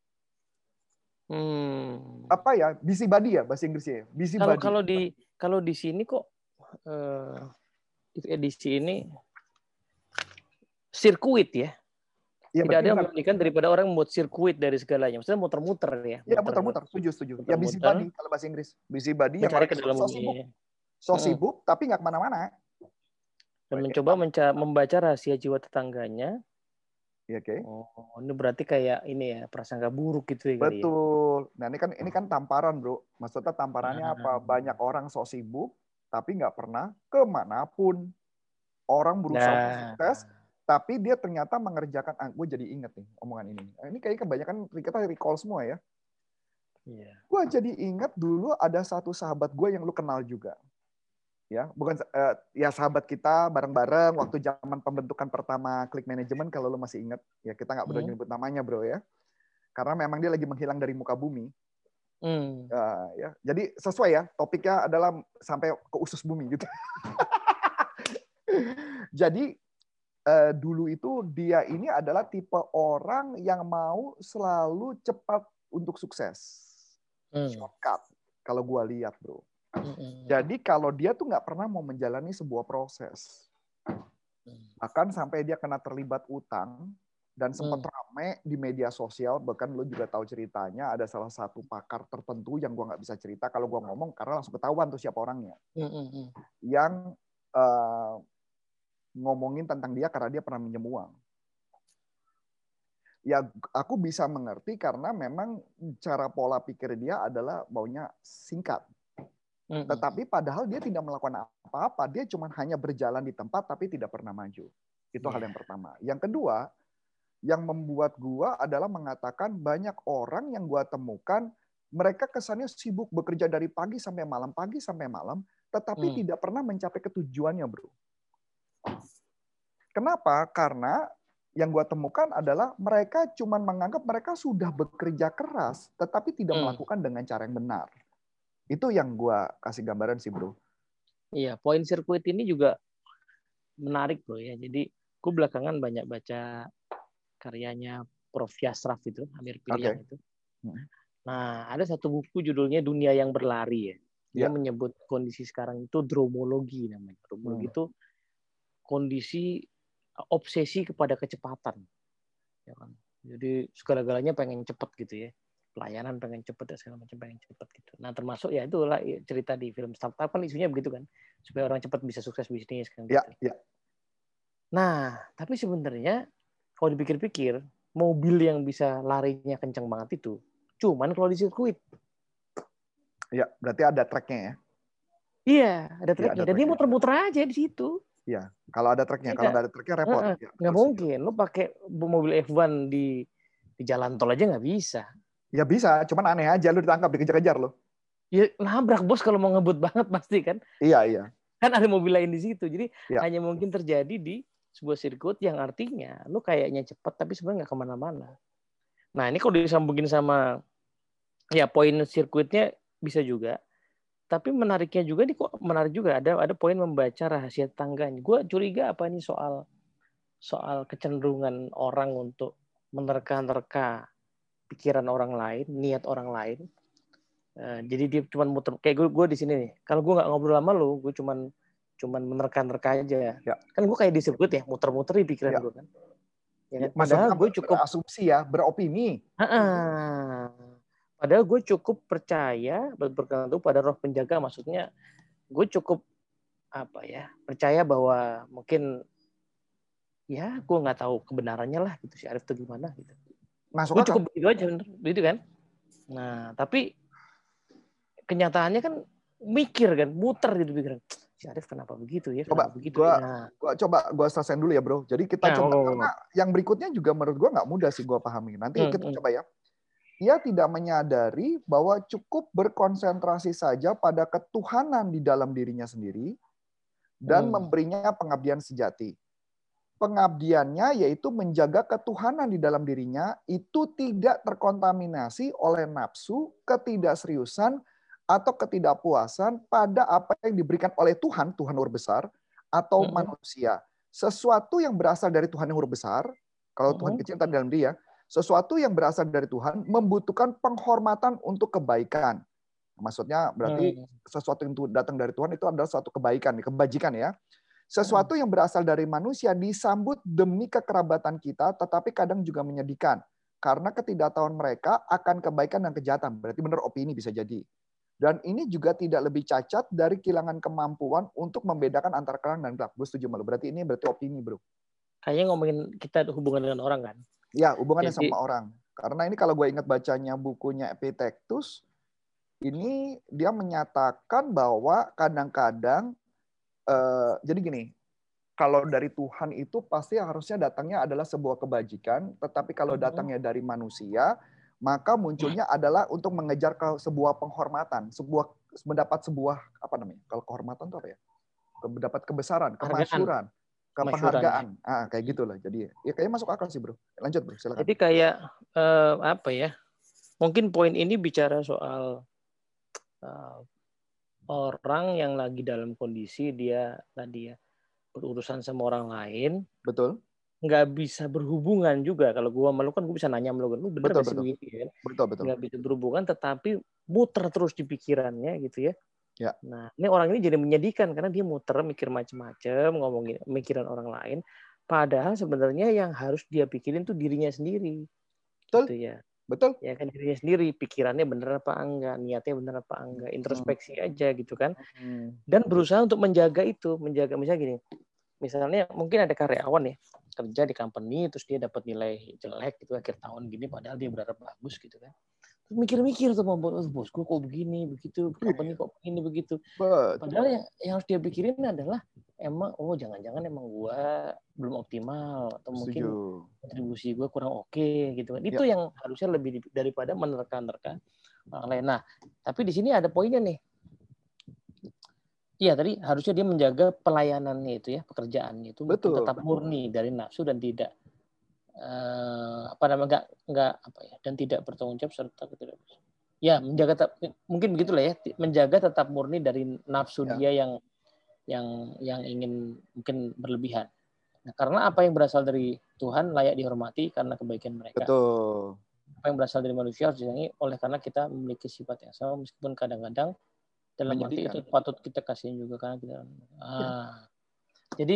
Hmm. Apa ya? Busybody ya bahasa Inggrisnya. Kalau kalau di kalau di sini kok uh, edisi ini sirkuit ya. Ya, tidak ada yang menyedihkan daripada orang membuat sirkuit dari segalanya. Maksudnya muter-muter ya. Iya, muter-muter. Setuju, setuju. Muter-muter. Ya busybody kalau bahasa Inggris. Busybody yang orang so sibuk. So sibuk hmm. tapi nggak kemana-mana. Dan mencoba menca- membaca rahasia jiwa tetangganya. Iya, oke. Okay. Oh, ini berarti kayak ini ya, prasangka buruk gitu ya. Betul. Ya? Nah, ini kan ini kan tamparan, bro. Maksudnya tamparannya nah. apa? Banyak orang so sibuk tapi nggak pernah kemanapun. Orang berusaha nah. sukses. Tapi dia ternyata mengerjakan, ah, gue jadi inget nih omongan ini. Ini kayaknya kebanyakan kita recall semua ya. Yeah. Gue jadi inget dulu ada satu sahabat gue yang lu kenal juga. Ya, bukan uh, ya sahabat kita bareng-bareng waktu zaman pembentukan pertama Klik Management kalau lu masih inget. Ya kita nggak berani nyebut namanya bro ya. Karena memang dia lagi menghilang dari muka bumi. Mm. Uh, ya. Jadi sesuai ya, topiknya adalah sampai ke usus bumi gitu. Jadi Uh, dulu itu dia ini adalah tipe orang yang mau selalu cepat untuk sukses. Hmm. Shortcut, kalau gue lihat bro. Hmm. Jadi kalau dia tuh nggak pernah mau menjalani sebuah proses. Bahkan sampai dia kena terlibat utang, dan sempat hmm. rame di media sosial, bahkan lo juga tahu ceritanya, ada salah satu pakar tertentu yang gue nggak bisa cerita kalau gue ngomong, karena langsung ketahuan tuh siapa orangnya. Hmm. Yang... Uh, ngomongin tentang dia karena dia pernah minjem uang. Ya, aku bisa mengerti karena memang cara pola pikir dia adalah maunya singkat. Mm-hmm. Tetapi padahal dia tidak melakukan apa-apa, dia cuma hanya berjalan di tempat tapi tidak pernah maju. Itu yeah. hal yang pertama. Yang kedua, yang membuat gua adalah mengatakan banyak orang yang gua temukan mereka kesannya sibuk bekerja dari pagi sampai malam, pagi sampai malam, tetapi mm. tidak pernah mencapai ketujuannya, bro. Kenapa? Karena yang gue temukan adalah mereka cuma menganggap mereka sudah bekerja keras, tetapi tidak hmm. melakukan dengan cara yang benar. Itu yang gue kasih gambaran sih, bro. Iya, poin sirkuit ini juga menarik, bro ya. Jadi gue belakangan banyak baca karyanya Prof Yasraf itu, Amir Piliang okay. itu. Hmm. Nah, ada satu buku judulnya Dunia yang Berlari ya. Dia yeah. menyebut kondisi sekarang itu dromologi namanya. Dromologi hmm. itu kondisi obsesi kepada kecepatan, ya kan. Jadi segala-galanya pengen cepet gitu ya, pelayanan pengen cepet dan segala macam pengen cepet gitu. Nah termasuk ya itulah cerita di film startup kan isunya begitu kan, supaya orang cepet bisa sukses bisnis kan gitu. Ya, ya. Nah tapi sebenarnya kalau dipikir-pikir mobil yang bisa larinya kencang banget itu cuman kalau di sirkuit. Ya, berarti ada tracknya ya. Iya, ada tracknya. Ya, Dan dia muter-muter aja di situ. Iya, kalau ada tracknya. Ya, kalau nggak ada tracknya repot. Uh-uh. Ya, nggak mungkin. Lo pakai mobil F satu di di jalan tol aja nggak bisa. Ya bisa, cuman aneh aja lo ditangkap, dikejar-kejar lo. Ya nabrak bos kalau mau ngebut banget pasti kan. Iya, iya. Kan ada mobil lain di situ. Jadi ya. hanya mungkin terjadi di sebuah sirkuit yang artinya lo kayaknya cepat tapi sebenarnya nggak kemana-mana. Nah ini kalau disambungin sama ya poin sirkuitnya bisa juga. Tapi menariknya juga nih kok menarik juga ada ada poin membaca rahasia tetangganya. Gue curiga apa nih soal soal kecenderungan orang untuk menerka-nerka pikiran orang lain, niat orang lain. Uh, jadi dia cuma muter kayak gue gue di sini nih. Kalau gue nggak ngobrol sama lu, gue cuma cuman menerka-nerka aja. Ya. Kan gue kayak di sirkuit ya, muter-muter di pikiran ya. gue kan. Ya kan? Padahal gue cukup asumsi ya, beropini. Ha-ha. Padahal gue cukup percaya bergantung pada roh penjaga, maksudnya gue cukup apa ya percaya bahwa mungkin ya gue nggak tahu kebenarannya lah gitu si Arif itu gimana gitu. Masuk gue akal. cukup begitu aja bener, begitu kan. Nah tapi kenyataannya kan mikir kan muter gitu pikiran si Arif kenapa begitu ya coba kenapa begitu gua, ya. Nah, gua coba gua selesaiin dulu ya bro. Jadi kita nah, coba oh, karena yang berikutnya juga menurut gua nggak mudah sih gua pahami. Nanti hmm, kita hmm. coba ya. Ia tidak menyadari bahwa cukup berkonsentrasi saja pada ketuhanan di dalam dirinya sendiri dan hmm. memberinya pengabdian sejati. Pengabdiannya yaitu menjaga ketuhanan di dalam dirinya itu tidak terkontaminasi oleh nafsu, ketidakseriusan, atau ketidakpuasan pada apa yang diberikan oleh Tuhan, Tuhan yang besar, atau hmm. manusia. Sesuatu yang berasal dari Tuhan yang besar, kalau hmm. Tuhan kecil tadi dalam dia, sesuatu yang berasal dari Tuhan membutuhkan penghormatan untuk kebaikan. Maksudnya berarti hmm. sesuatu yang datang dari Tuhan itu adalah suatu kebaikan, kebajikan ya. Sesuatu yang berasal dari manusia disambut demi kekerabatan kita, tetapi kadang juga menyedihkan. Karena ketidaktahuan mereka akan kebaikan dan kejahatan. Berarti benar opini bisa jadi. Dan ini juga tidak lebih cacat dari kehilangan kemampuan untuk membedakan antara terang dan gelap. Gue setuju malu. Berarti ini berarti opini bro. Kayaknya ngomongin kita hubungan dengan orang kan? Ya, hubungannya Jadi, sama orang. Karena ini kalau gue ingat bacanya bukunya Epictetus, ini dia menyatakan bahwa kadang-kadang, eh, jadi gini, kalau dari Tuhan itu pasti harusnya datangnya adalah sebuah kebajikan, tetapi kalau datangnya dari manusia, maka munculnya adalah untuk mengejar ke sebuah penghormatan, sebuah mendapat sebuah apa namanya? Kalau kehormatan itu apa ya? Mendapat kebesaran, kemasyuran. Ke penghargaan, ya. ah, kayak gitulah. Jadi ya kayaknya masuk akal sih bro. Lanjut bro, silakan. Jadi kayak eh, apa ya? Mungkin poin ini bicara soal uh, orang yang lagi dalam kondisi dia tadi ya berurusan sama orang lain. Betul. Nggak bisa berhubungan juga. Kalau gua malu kan gue bisa nanya sama lu, lu bener betul, gak sih betul. begini kan? Betul betul. Nggak bisa berhubungan, tetapi muter terus di pikirannya gitu ya. Ya. Nah, ini orang ini jadi menyedihkan karena dia muter mikir macam-macam, ngomongin mikiran orang lain. Padahal sebenarnya yang harus dia pikirin tuh dirinya sendiri. Betul. Gitu ya. Betul. Ya kan dirinya sendiri, pikirannya bener apa enggak, niatnya bener apa enggak, introspeksi hmm. aja gitu kan. Hmm. Dan berusaha untuk menjaga itu, menjaga misalnya gini. Misalnya mungkin ada karyawan ya, kerja di company terus dia dapat nilai jelek gitu akhir tahun gini padahal dia berharap bagus gitu kan. Terus mikir-mikir tuh mau bos, bos gue kok begini begitu, company kok begini begitu. But, padahal yang, yang harus dia pikirin adalah emang oh jangan-jangan emang gue belum optimal atau mungkin kontribusi gue kurang oke okay, gitu kan. Itu ya. Yang harusnya lebih daripada menerka-nerka orang lain. Nah, tapi di sini ada poinnya nih. Iya tadi harusnya dia menjaga pelayanannya itu ya, pekerjaannya itu betul, tetap betul. Murni dari nafsu dan tidak Uh, apa namanya nggak nggak apa ya dan tidak bertanggung jawab serta tidak ya menjaga tetap, mungkin begitulah ya menjaga tetap murni dari nafsu ya. Dia yang yang yang ingin mungkin berlebihan. Nah, karena apa yang berasal dari Tuhan layak dihormati karena kebaikan mereka. Betul. Apa yang berasal dari manusia harus disayangi oleh karena kita memiliki sifat yang sama meskipun kadang-kadang dalam arti itu patut kita kasihin juga karena kita. Ah, ya. Jadi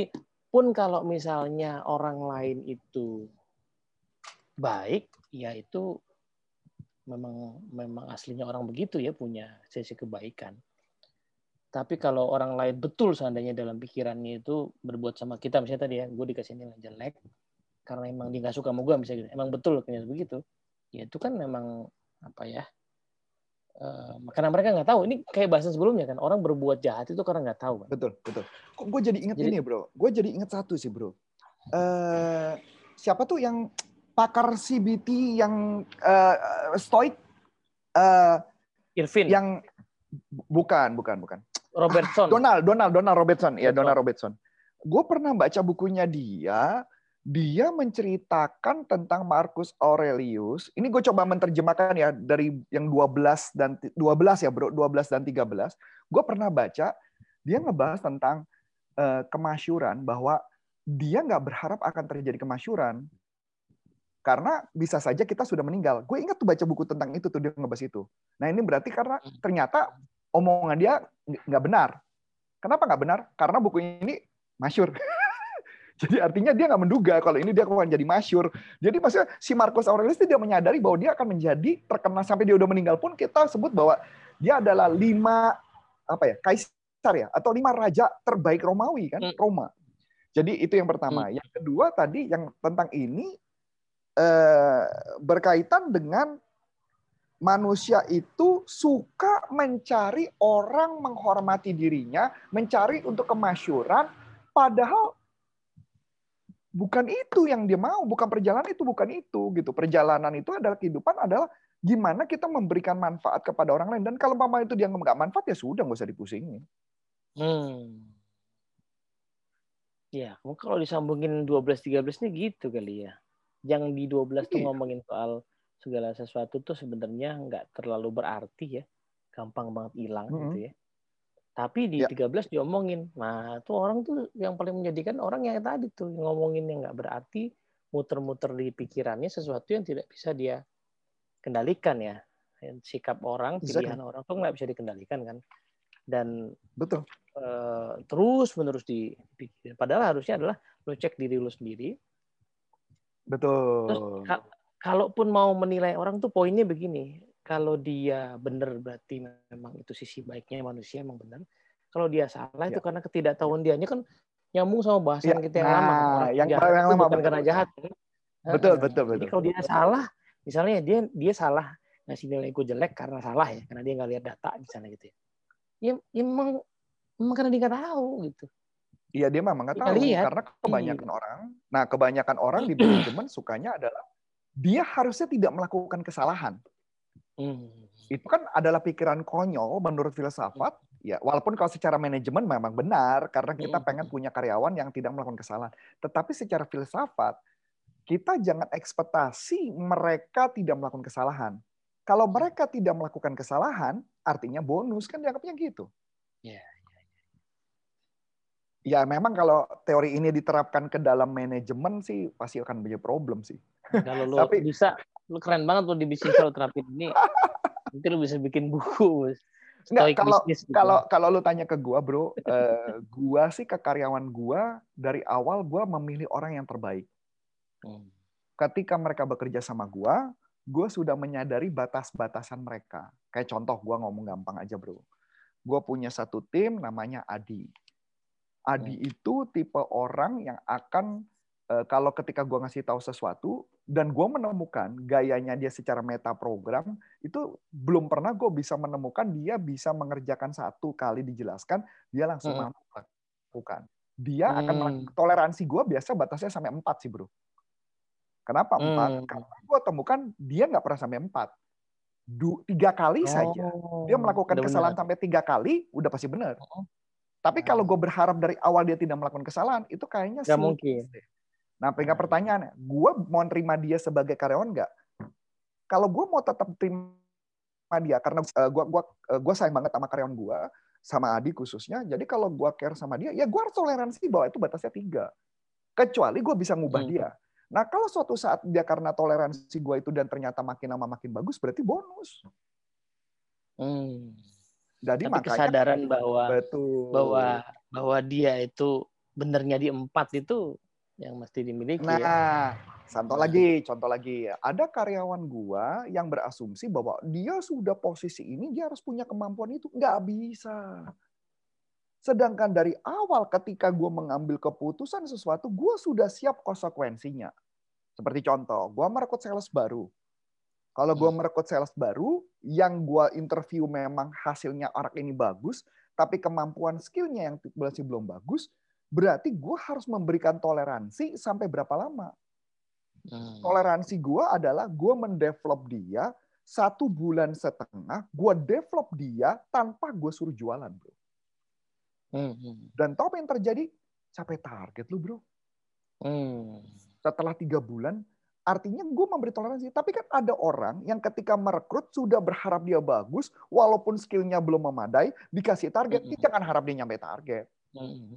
pun kalau misalnya orang lain itu baik, ya itu memang memang aslinya orang begitu ya, punya sisi kebaikan. Tapi kalau orang lain betul seandainya dalam pikirannya itu berbuat sama kita, misalnya tadi ya, gue dikasih nilai jelek karena emang dia nggak suka sama gue, misalnya gitu. Emang betul kayak begitu. Ya itu kan memang apa ya? Uh, karena mereka nggak tahu. Ini kayak bahasa sebelumnya kan, orang berbuat jahat itu karena nggak tahu. Kan? Betul, betul. Kok gue jadi inget jadi, ini bro? Gue jadi inget satu sih bro. Uh, siapa tuh yang pakar C B T yang uh, stoik? Uh, Irvin. Yang bukan, bukan, bukan. Robertson. Ah, Donald, Donald, Donald Robertson. Ya, Donald Robertson. Gue pernah baca bukunya dia. Dia menceritakan tentang Marcus Aurelius. Ini gue coba menerjemahkan ya dari yang dua belas dan dua belas ya, bro, dua belas dan tiga belas. Gue pernah baca dia ngebahas tentang uh, kemasyuran, bahwa dia nggak berharap akan terjadi kemasyuran karena bisa saja kita sudah meninggal. Gue ingat tuh baca buku tentang itu tuh, dia ngebahas itu. Nah ini berarti karena ternyata omongan dia nggak benar. Kenapa nggak benar? Karena buku ini masyhur. Jadi artinya dia nggak menduga kalau ini dia akan jadi masyhur. Jadi maksudnya si Marcus Aurelius itu dia menyadari bahwa dia akan menjadi terkenal sampai dia udah meninggal pun kita sebut bahwa dia adalah lima apa ya kaisar ya atau lima raja terbaik Romawi kan, Roma. Jadi itu yang pertama. Yang kedua tadi yang tentang ini eh, berkaitan dengan manusia itu suka mencari orang menghormati dirinya, mencari untuk kemasyhuran, padahal bukan itu yang dia mau, bukan perjalanan itu, bukan itu gitu. Perjalanan itu adalah kehidupan adalah gimana kita memberikan manfaat kepada orang lain. Dan kalau mama itu dia nggak manfaat ya sudah, nggak usah dipusingin. Hmm. Ya, kalau disambungin dua belas tiga belas ini gitu kali ya. Yang di dua belas tuh ngomongin soal segala sesuatu tuh sebenarnya nggak terlalu berarti ya. Gampang banget hilang mm-hmm. gitu ya. Tapi di ya. tiga belas diomongin. Nah, tuh orang tuh yang paling menjadikan orang yang tadi tuh ngomongin yang nggak berarti, muter-muter di pikirannya sesuatu yang tidak bisa dia kendalikan ya. Sikap orang, pilihan exactly. orang tuh nggak bisa dikendalikan kan. Dan betul. Uh, terus menerus dipikir. Padahal harusnya adalah lo cek diri lo sendiri. Betul. Terus ka- kalaupun mau menilai orang tuh poinnya begini. Kalau dia benar berarti memang itu sisi baiknya manusia emang benar. Kalau dia salah ya. itu karena ketidaktahuan ya. dianya kan nyambung sama bahasan ya. kita yang nah, lama kan. Orang yang jahat yang itu lama, bukan betul. karena jahat. Kan? Betul, uh, betul, betul. Jadi kalau dia salah, misalnya dia dia salah ngasih nilai gue jelek karena salah ya, karena dia nggak lihat data di sana gitu ya. Ya, ya memang, memang karena dia nggak tahu gitu. Iya dia memang nggak tahu lihat. karena kebanyakan iya. orang. Nah kebanyakan orang di manajemen sukanya adalah dia harusnya tidak melakukan kesalahan. Hmm. Itu kan adalah pikiran konyol menurut filsafat. Ya walaupun kalau secara manajemen memang benar karena kita pengen punya karyawan yang tidak melakukan kesalahan. Tetapi secara filsafat kita jangan ekspektasi mereka tidak melakukan kesalahan. Kalau mereka tidak melakukan kesalahan, artinya bonus kan dianggapnya gitu. Yeah. Ya memang kalau teori ini diterapkan ke dalam manajemen sih pasti akan menjadi problem sih. Kalau lo Tapi, bisa, lo keren banget lo di bisnis lo terapin ini. Nanti lo bisa bikin buku. Enggak, kalau gitu. kalau kalau lo tanya ke gua, bro, uh, gua sih ke karyawan gua dari awal gua memilih orang yang terbaik. Hmm. Ketika mereka bekerja sama gua, gua sudah menyadari batas-batasan mereka. Kayak contoh gua ngomong gampang aja, bro. Gua punya satu tim namanya Adi. Adi itu tipe orang yang akan kalau ketika gue ngasih tahu sesuatu dan gue menemukan gayanya dia secara meta program itu belum pernah gue bisa menemukan dia bisa mengerjakan satu kali dijelaskan dia langsung hmm. mampu lakukan. Dia hmm. akan toleransi gue biasa batasnya sampai empat sih bro. Kenapa empat? Hmm. Karena gue temukan dia nggak pernah sampai empat. Du, tiga kali oh, saja dia melakukan kesalahan benar. Sampai tiga kali udah pasti benar. Oh. Tapi kalau gue berharap dari awal dia tidak melakukan kesalahan, itu kayaknya nggak mungkin. Nah, pengen pertanyaannya, gue mau terima dia sebagai karyawan nggak? Kalau gue mau tetap terima dia, karena uh, gue gua, uh, gua sayang banget sama karyawan gue, sama Adi khususnya, jadi kalau gue care sama dia, ya gue harus toleransi bahwa itu batasnya tiga. Kecuali gue bisa ngubah hmm. dia. Nah, kalau suatu saat dia karena toleransi gue itu dan ternyata makin lama makin bagus, berarti bonus. Hmm. Jadi Tapi makanya kesadaran bahwa betul. bahwa bahwa dia itu benernya di empat itu yang mesti dimiliki. Nah, ya. contoh lagi, contoh lagi. Ada karyawan gua yang berasumsi bahwa dia sudah posisi ini, dia harus punya kemampuan itu. Nggak bisa. Sedangkan dari awal ketika gua mengambil keputusan sesuatu, gua sudah siap konsekuensinya. Seperti contoh, gua merekrut sales baru. Kalau gua merekrut sales baru, yang gua interview memang hasilnya orang ini bagus, tapi kemampuan skillnya yang masih belum bagus, berarti gue harus memberikan toleransi sampai berapa lama? Hmm. Toleransi gue adalah gue mendevelop dia satu bulan setengah, gue develop dia tanpa gue suruh jualan, bro. Hmm. Dan tau apa yang terjadi? Capai target lu, bro. Hmm. Setelah tiga bulan, artinya gue memberi toleransi. Tapi kan ada orang yang ketika merekrut sudah berharap dia bagus, walaupun skillnya belum memadai, dikasih target, hmm. jangan harap dia nyampe target. Hmm.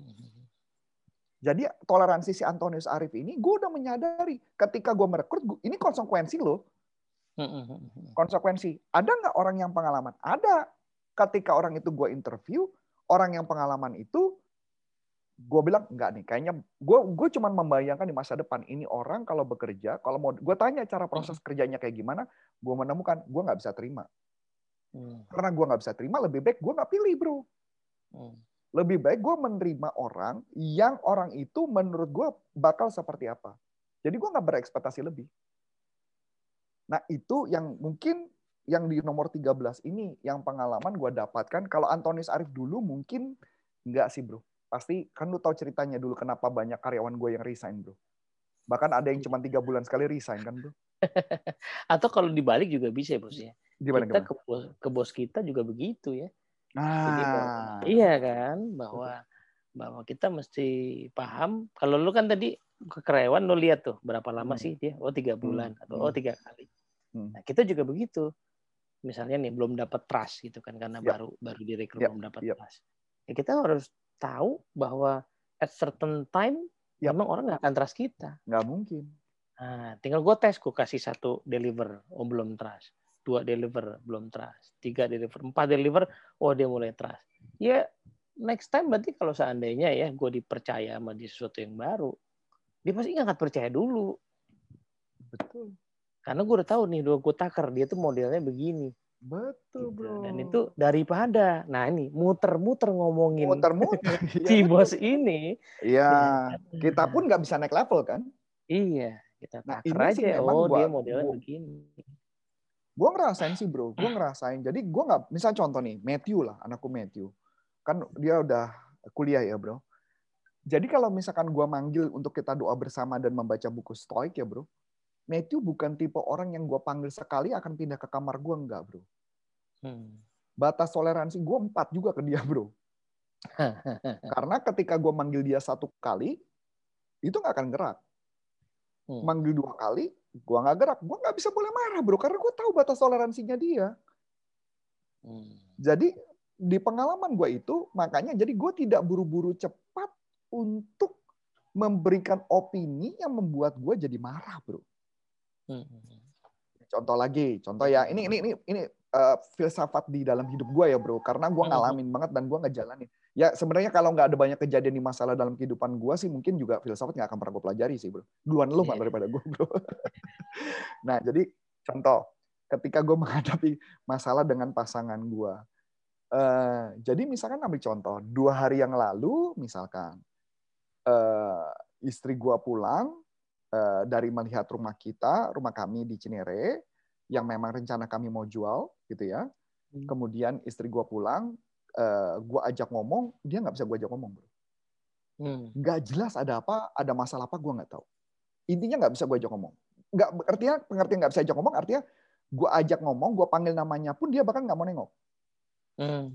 Jadi toleransi si Antonius Arif ini, gue udah menyadari ketika gue merekrut, ini konsekuensi loh. Konsekuensi. Ada nggak orang yang pengalaman? Ada. Ketika orang itu gue interview, orang yang pengalaman itu, gue bilang, enggak nih, kayaknya gue gue cuma membayangkan di masa depan, ini orang kalau bekerja, kalau mau gue tanya cara proses kerjanya kayak gimana, gue menemukan, gue nggak bisa terima. Karena gue nggak bisa terima, lebih baik gue nggak pilih, bro. Lebih baik gue menerima orang yang orang itu menurut gue bakal seperti apa. Jadi gue nggak berekspektasi lebih. Nah itu yang mungkin yang di nomor tiga belas ini, yang pengalaman gue dapatkan. Kalau Antonius Arif dulu mungkin nggak sih, bro. Pasti kan lu tahu ceritanya dulu kenapa banyak karyawan gue yang resign, bro. Bahkan ada yang cuma tiga bulan sekali resign kan, bro. Atau kalau dibalik juga bisa, bos ya. Gimana, kita gimana? Ke, bos, ke bos kita juga begitu ya. Nah, jadi bahwa, iya kan, bahwa bahwa kita mesti paham. Kalau lu kan tadi ke karyawan lu lihat tuh berapa lama hmm. sih dia? Oh tiga bulan hmm. atau oh tiga kali. Hmm. Nah kita juga begitu. Misalnya nih belum dapat trust gitu kan karena yep. baru baru direkrut yep. belum dapat yep. trust. Ya kita harus tahu bahwa at certain time yep. memang orang nggak akan trust kita. Nggak mungkin. Nah, tinggal gue tes, gue kasih satu deliver, oh belum trust. Dua deliver, belum trust. Tiga deliver, empat deliver, oh dia mulai trust. Ya, next time berarti kalau seandainya ya gue dipercaya sama di sesuatu yang baru, dia pasti nggak akan percaya dulu. Betul. Karena gue udah tahu nih, udah gue takar, dia tuh modelnya begini. Betul, gitu. bro. Dan itu daripada, nah ini muter-muter ngomongin muter-muter si bos ini. Iya, kita pun nggak bisa naik level kan? Iya, kita nah, takar ini aja. Sih memang oh gua, dia modelnya gua, begini. Gue ngerasain sih, bro. Gue ngerasain. Jadi gue nggak, misal contoh nih, Matthew lah, anakku Matthew. Kan dia udah kuliah ya, bro. Jadi kalau misalkan gue manggil untuk kita doa bersama dan membaca buku Stoik ya, bro. Matthew bukan tipe orang yang gue panggil sekali akan pindah ke kamar gue, enggak, bro. Hmm. Batas toleransi gue empat juga ke dia, bro. Karena ketika gue manggil dia satu kali, itu nggak akan gerak. Hmm. Manggil dua kali, gue nggak gerak. Gue nggak bisa boleh marah, bro. Karena gue tahu batas toleransinya dia. Hmm. Jadi di pengalaman gue itu, makanya jadi gue tidak buru-buru cepat untuk memberikan opini yang membuat gue jadi marah, bro. Hmm. Contoh lagi, contoh ya. Ini ini ini ini uh, filsafat di dalam hidup gue ya, bro. Karena gue ngalamin banget dan gue ngejalanin. Ya sebenarnya kalau nggak ada banyak kejadian di masalah dalam kehidupan gue sih, mungkin juga filsafat nggak akan pernah gue pelajari sih, bro. Duluan lu yeah. daripada gue, bro. Nah, jadi contoh, ketika gue menghadapi masalah dengan pasangan gue. Uh, jadi misalkan ambil contoh, dua hari yang lalu, misalkan, uh, istri gue pulang uh, dari melihat rumah kita, rumah kami di Cinere, yang memang rencana kami mau jual, gitu ya. Hmm. Kemudian istri gue pulang, Uh, gue ajak ngomong, dia nggak bisa gue ajak ngomong, bro. Hmm. Nggak jelas ada apa, ada masalah apa, gue nggak tahu. Intinya nggak bisa gue ajak ngomong. Nggak, artinya pengertian nggak bisa ajak ngomong, artinya gue ajak ngomong, gue panggil namanya pun dia bahkan nggak mau nengok. Hmm.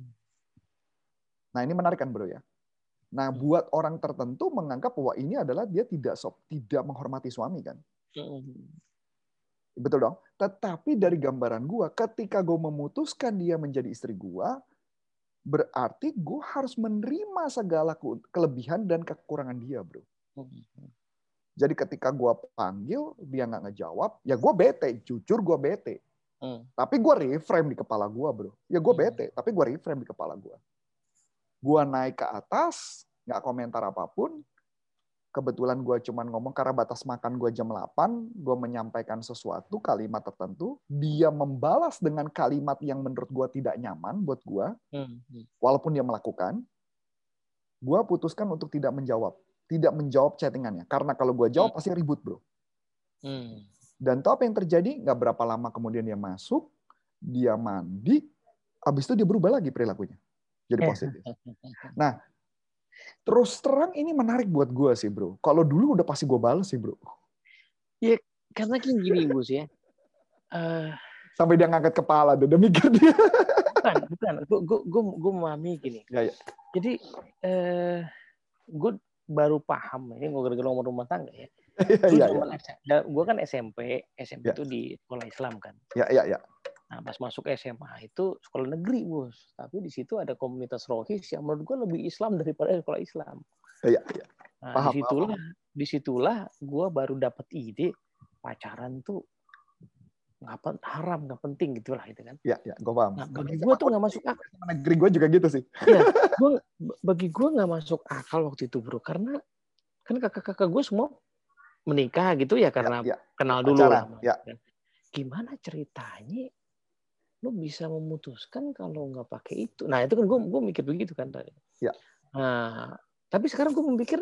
Nah ini menarik kan, bro ya. Nah buat orang tertentu menganggap bahwa ini adalah dia tidak sob, tidak menghormati suami kan. Hmm. Betul dong. Tetapi dari gambaran gue, ketika gue memutuskan dia menjadi istri gue, berarti gue harus menerima segala kelebihan dan kekurangan dia, bro. Jadi ketika gue panggil, dia nggak ngejawab, ya gue bete. Jujur gue bete. Hmm. Tapi gue reframe di kepala gue, bro. Ya gue bete, hmm. tapi gue reframe di kepala gue. Gue naik ke atas, nggak komentar apapun. kebetulan gue cuma ngomong karena batas makan gue jam delapan, gue menyampaikan sesuatu, kalimat tertentu, dia membalas dengan kalimat yang menurut gue tidak nyaman buat gue, hmm. walaupun dia melakukan, gue putuskan untuk tidak menjawab. Tidak menjawab chattingannya. Karena kalau gue jawab, hmm. pasti ribut, bro. Hmm. Dan tau apa yang terjadi? Nggak berapa lama kemudian dia masuk, dia mandi, habis itu dia berubah lagi perilakunya. Jadi positif. Nah, terus terang ini menarik buat gue sih, bro. Kalau dulu udah pasti gue bales sih, bro. Ya, karena kan gini, Bos ya. Uh... Sampai dia ngangkat kepala, udah mikir dia. Bukan, bukan. Gue gue gue gue memahami gini. Ya, ya. Jadi, uh, gue baru paham ini gue gara-gara ngomong rumah tangga ya. Iya, iya. Ya. Gue kan S M P, S M P ya. itu di sekolah Islam kan. Iya, iya, iya. Nah, pas masuk S M A itu sekolah negeri, Bos. Tapi di situ ada komunitas rohis yang menurut gue lebih Islam daripada sekolah Islam. Iya, iya. Nah, paham, disitulah, paham. disitulah gue baru dapat ide pacaran tuh nggak haram, nggak penting gitulah itu kan. Iya, iya, gue paham. Nah, bagi gue tuh nggak masuk akal. Negeri gue juga gitu sih. Iya, gue bagi gue nggak masuk akal waktu itu, bro. Karena kan kakak-kakak gue semua menikah gitu ya karena ya, ya. kenal dulu lah. Ya. Gimana ceritanya? Lu bisa memutuskan kalau nggak pakai itu. Nah itu kan gue gue mikir begitu kan tadi. Ya. Nah tapi sekarang gue memikir,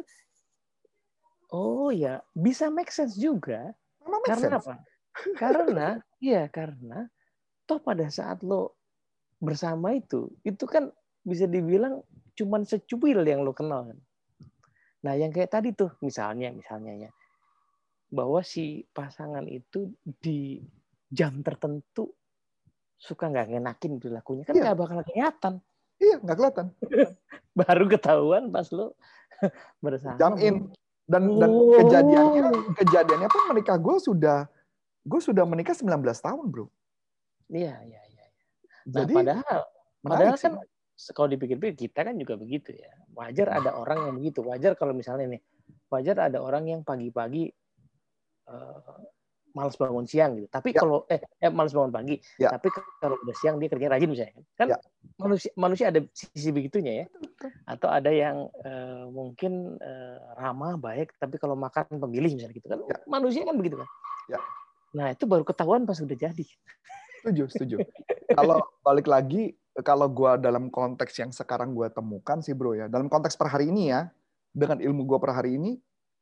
oh ya bisa make sense juga. Make karena sense. apa? Karena iya karena toh pada saat lo bersama itu, itu kan bisa dibilang cuman secuil yang lo kenal kan. Nah yang kayak tadi tuh misalnya misalnya ya bahwa si pasangan itu di jam tertentu suka nggak ngenakin perilakunya kan nggak iya. bakal kelihatan. Iya nggak kelihatan. Baru ketahuan pas lo bersama. Jam in dan dan oh. kejadiannya kejadiannya pun menikah gue sudah gue sudah menikah sembilan belas tahun, bro. Iya iya iya. Nah Jadi, padahal padahal kan kalau dipikir-pikir kita kan juga begitu ya. Wajar ada orang yang begitu. Wajar kalau misalnya nih wajar ada orang yang pagi-pagi uh, malas bangun siang gitu. Tapi ya. kalau eh, eh malas bangun pagi, ya. tapi kalau udah siang dia kerja rajin misalnya. Kan ya. manusia manusia ada sisi begitunya ya. Atau ada yang eh, mungkin eh, ramah, baik, tapi kalau makan pemilih misalnya gitu kan. Ya. Manusia kan begitu kan. Ya. Nah, itu baru ketahuan pas udah jadi. Setuju, setuju. Kalau balik lagi kalau gua dalam konteks yang sekarang gua temukan sih, bro ya. Dalam konteks per hari ini ya, dengan ilmu gua per hari ini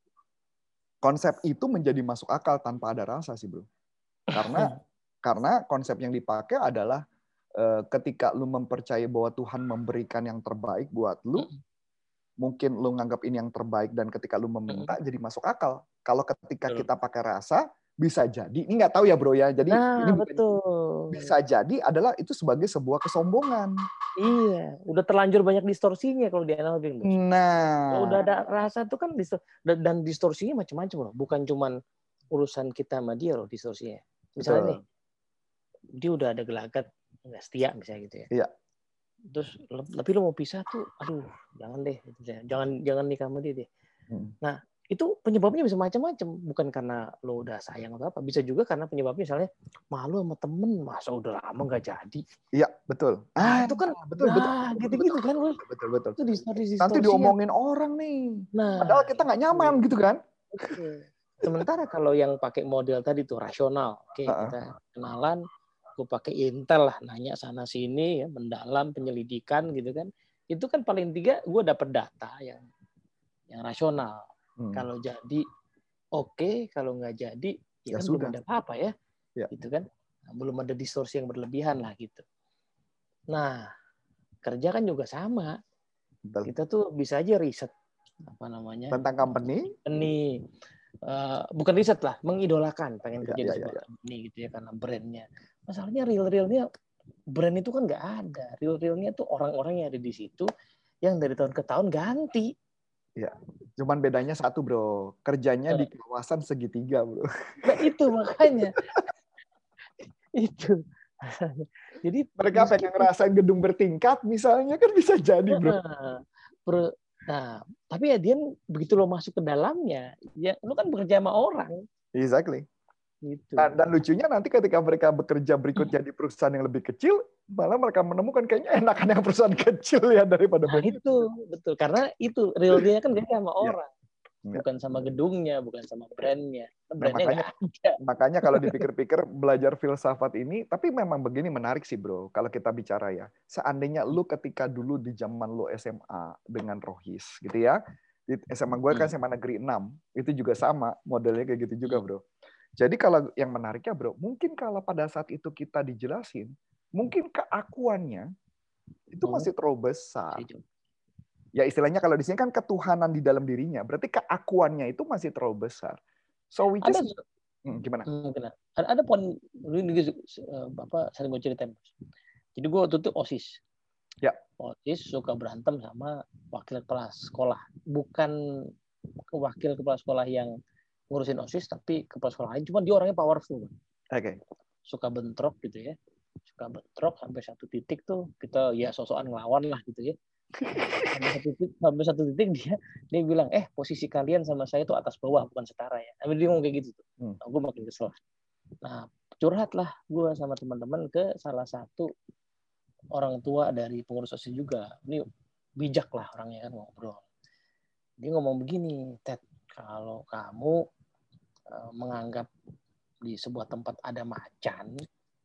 konsep itu menjadi masuk akal tanpa ada rasa sih, bro. Karena karena konsep yang dipakai adalah uh, ketika lu mempercayai bahwa Tuhan memberikan yang terbaik buat lu, mungkin lu nganggap ini yang terbaik dan ketika lu meminta jadi masuk akal. Kalau ketika kita pakai rasa, bisa jadi ini nggak tahu ya, bro ya. Jadi nah, ini betul. Bisa jadi adalah itu sebagai sebuah kesombongan. Iya, udah terlanjur banyak distorsinya kalau di analogin. Nah, kalau udah ada rasa tuh kan dan distorsinya macam-macam loh, bukan cuman urusan kita sama dia loh distorsinya. Misalnya Betul. nih, dia udah ada gelagat nggak setia misalnya gitu ya. Iya. Terus tapi lo mau pisah tuh, aduh jangan deh, jangan jangan nikah sama dia deh. Hmm. Nah itu penyebabnya bisa macam-macam, bukan karena lo udah sayang atau apa, bisa juga karena penyebabnya misalnya malu sama temen, masa udah lama nggak jadi. Iya betul. Ah itu kan betul betul. Nah, gitu-gitu kan, betul betul. betul. Itu distorsi. Nanti diomongin orang nih. Nah, padahal kita nggak nyaman gitu kan. Betul. Sementara kalau yang pakai model tadi tuh rasional, oke uh-uh. kita kenalan, gue pakai intel lah, nanya sana sini, ya, mendalam penyelidikan gitu kan, itu kan paling tiga gue dapet data yang yang rasional. Hmm. Kalau jadi oke, okay. kalau nggak jadi ya, ya kan sudah. Belum ada apa-apa ya, ya. Gitu kan, nah, belum ada distorsi yang berlebihan lah gitu. Nah kerja kan juga sama, betul. Kita tuh bisa aja riset apa namanya tentang company, company. Uh, bukan riset lah, mengidolakan, pengen kerja ya, di ya, sebuah ya, ya. company gitu ya karena brandnya. Masalahnya real-realnya brand itu kan nggak ada, real-realnya tuh orang-orang yang ada di situ yang dari tahun ke tahun ganti. Ya, cuman bedanya satu, bro. Kerjanya di kawasan segitiga, bro. Nah, itu makanya. Itu. Jadi mereka pengen ngerasain gedung bertingkat misalnya kan bisa jadi, bro. Nah, nah, tapi ya dia begitu lo masuk ke dalamnya, ya lo kan bekerja sama orang. Exactly. Gitu. Dan, dan lucunya nanti ketika mereka bekerja berikutnya di perusahaan yang lebih kecil, malah mereka menemukan kayaknya enakan yang perusahaan kecil ya daripada nah, itu betul karena itu realnya kan dia sama orang. bukan sama gedungnya, bukan sama brandnya. Nah, makanya, makanya kalau dipikir-pikir belajar filsafat ini, tapi memang begini menarik sih bro, kalau kita bicara ya. Seandainya lu ketika dulu di zaman lu S M A dengan Rohis gitu ya, di S M A gue kan S M A Negeri enam, itu juga sama, modelnya kayak gitu juga bro. Jadi kalau yang menariknya bro, mungkin kalau pada saat itu kita dijelasin, mungkin keakuannya itu masih terlalu besar. Ya istilahnya kalau di sini kan ketuhanan di dalam dirinya, berarti keakuannya itu masih terlalu besar. So which is ada, hmm, gimana? Ada, ada poin ini Bapak sering gue ceritain. Jadi gue waktu itu OSIS. Ya. OSIS suka berantem sama wakil kepala sekolah. Bukan wakil kepala sekolah yang ngurusin OSIS, tapi kepala sekolah lain. Cuma dia orangnya powerful. Oke. Okay. Suka bentrok gitu ya. Suka bentrok sampai satu titik tuh kita ya sosokan ngelawan lah gitu ya. Sampai satu titik, sampai satu titik dia dia bilang, eh posisi kalian sama saya itu atas bawah bukan setara ya. Tapi dia ngomong kayak gitu tuh. Hmm. Nah, gue makin kesel. Nah curhatlah gue sama teman-teman ke salah satu orang tua dari pengurus OSIS juga. Ini bijak lah orangnya kan ngobrol. Dia ngomong begini, Ted, kalau kamu uh, menganggap di sebuah tempat ada macan,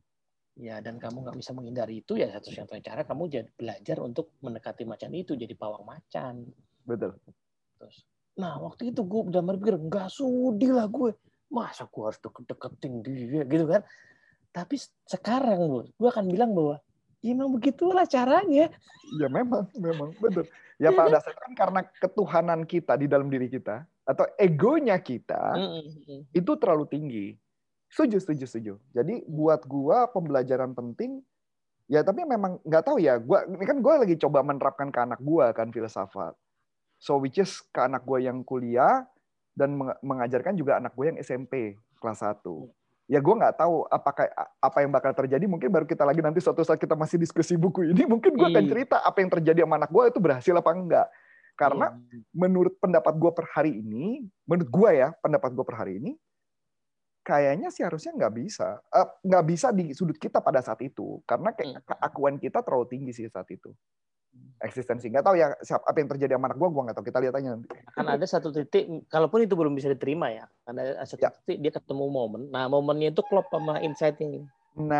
ya dan kamu nggak bisa menghindari itu, ya satu-satunya cara kamu jadi belajar untuk mendekati macan itu, jadi pawang macan. Betul. Terus, nah waktu itu gue udah berpikir nggak sudi lah gue, masa gue harus deket-deketin dia gitu kan. Tapi sekarang gue, gue akan bilang bahwa ya memang begitulah caranya. Ya memang, memang betul. Ya pada saat kan karena ketuhanan kita di dalam diri kita atau egonya kita mm-hmm. itu terlalu tinggi. Setuju, setuju, setuju. Jadi buat gua pembelajaran penting, ya tapi memang nggak tahu ya. Gua ini kan gua lagi coba menerapkan ke anak gua kan filsafat. So which is ke anak gua yang kuliah dan mengajarkan juga anak gua yang S M P kelas satu. Ya gua nggak tahu apakah apa yang bakal terjadi. Mungkin baru kita lagi nanti suatu saat kita masih diskusi buku ini, mungkin gua akan cerita apa yang terjadi sama anak gua itu berhasil apa enggak. Karena menurut pendapat gua per hari ini, menurut gua ya pendapat gua per hari ini. Kayaknya sih harusnya nggak bisa, uh, nggak bisa di sudut kita pada saat itu, karena kayak keakuan kita terlalu tinggi sih saat itu. Eksistensi nggak tahu ya apa yang terjadi sama anak gue, gue nggak tahu. Kita lihat aja nanti. Kan ada satu titik, kalaupun itu belum bisa diterima ya, ada satu ya. titik dia ketemu momen. Nah momennya itu klop sama insight ini.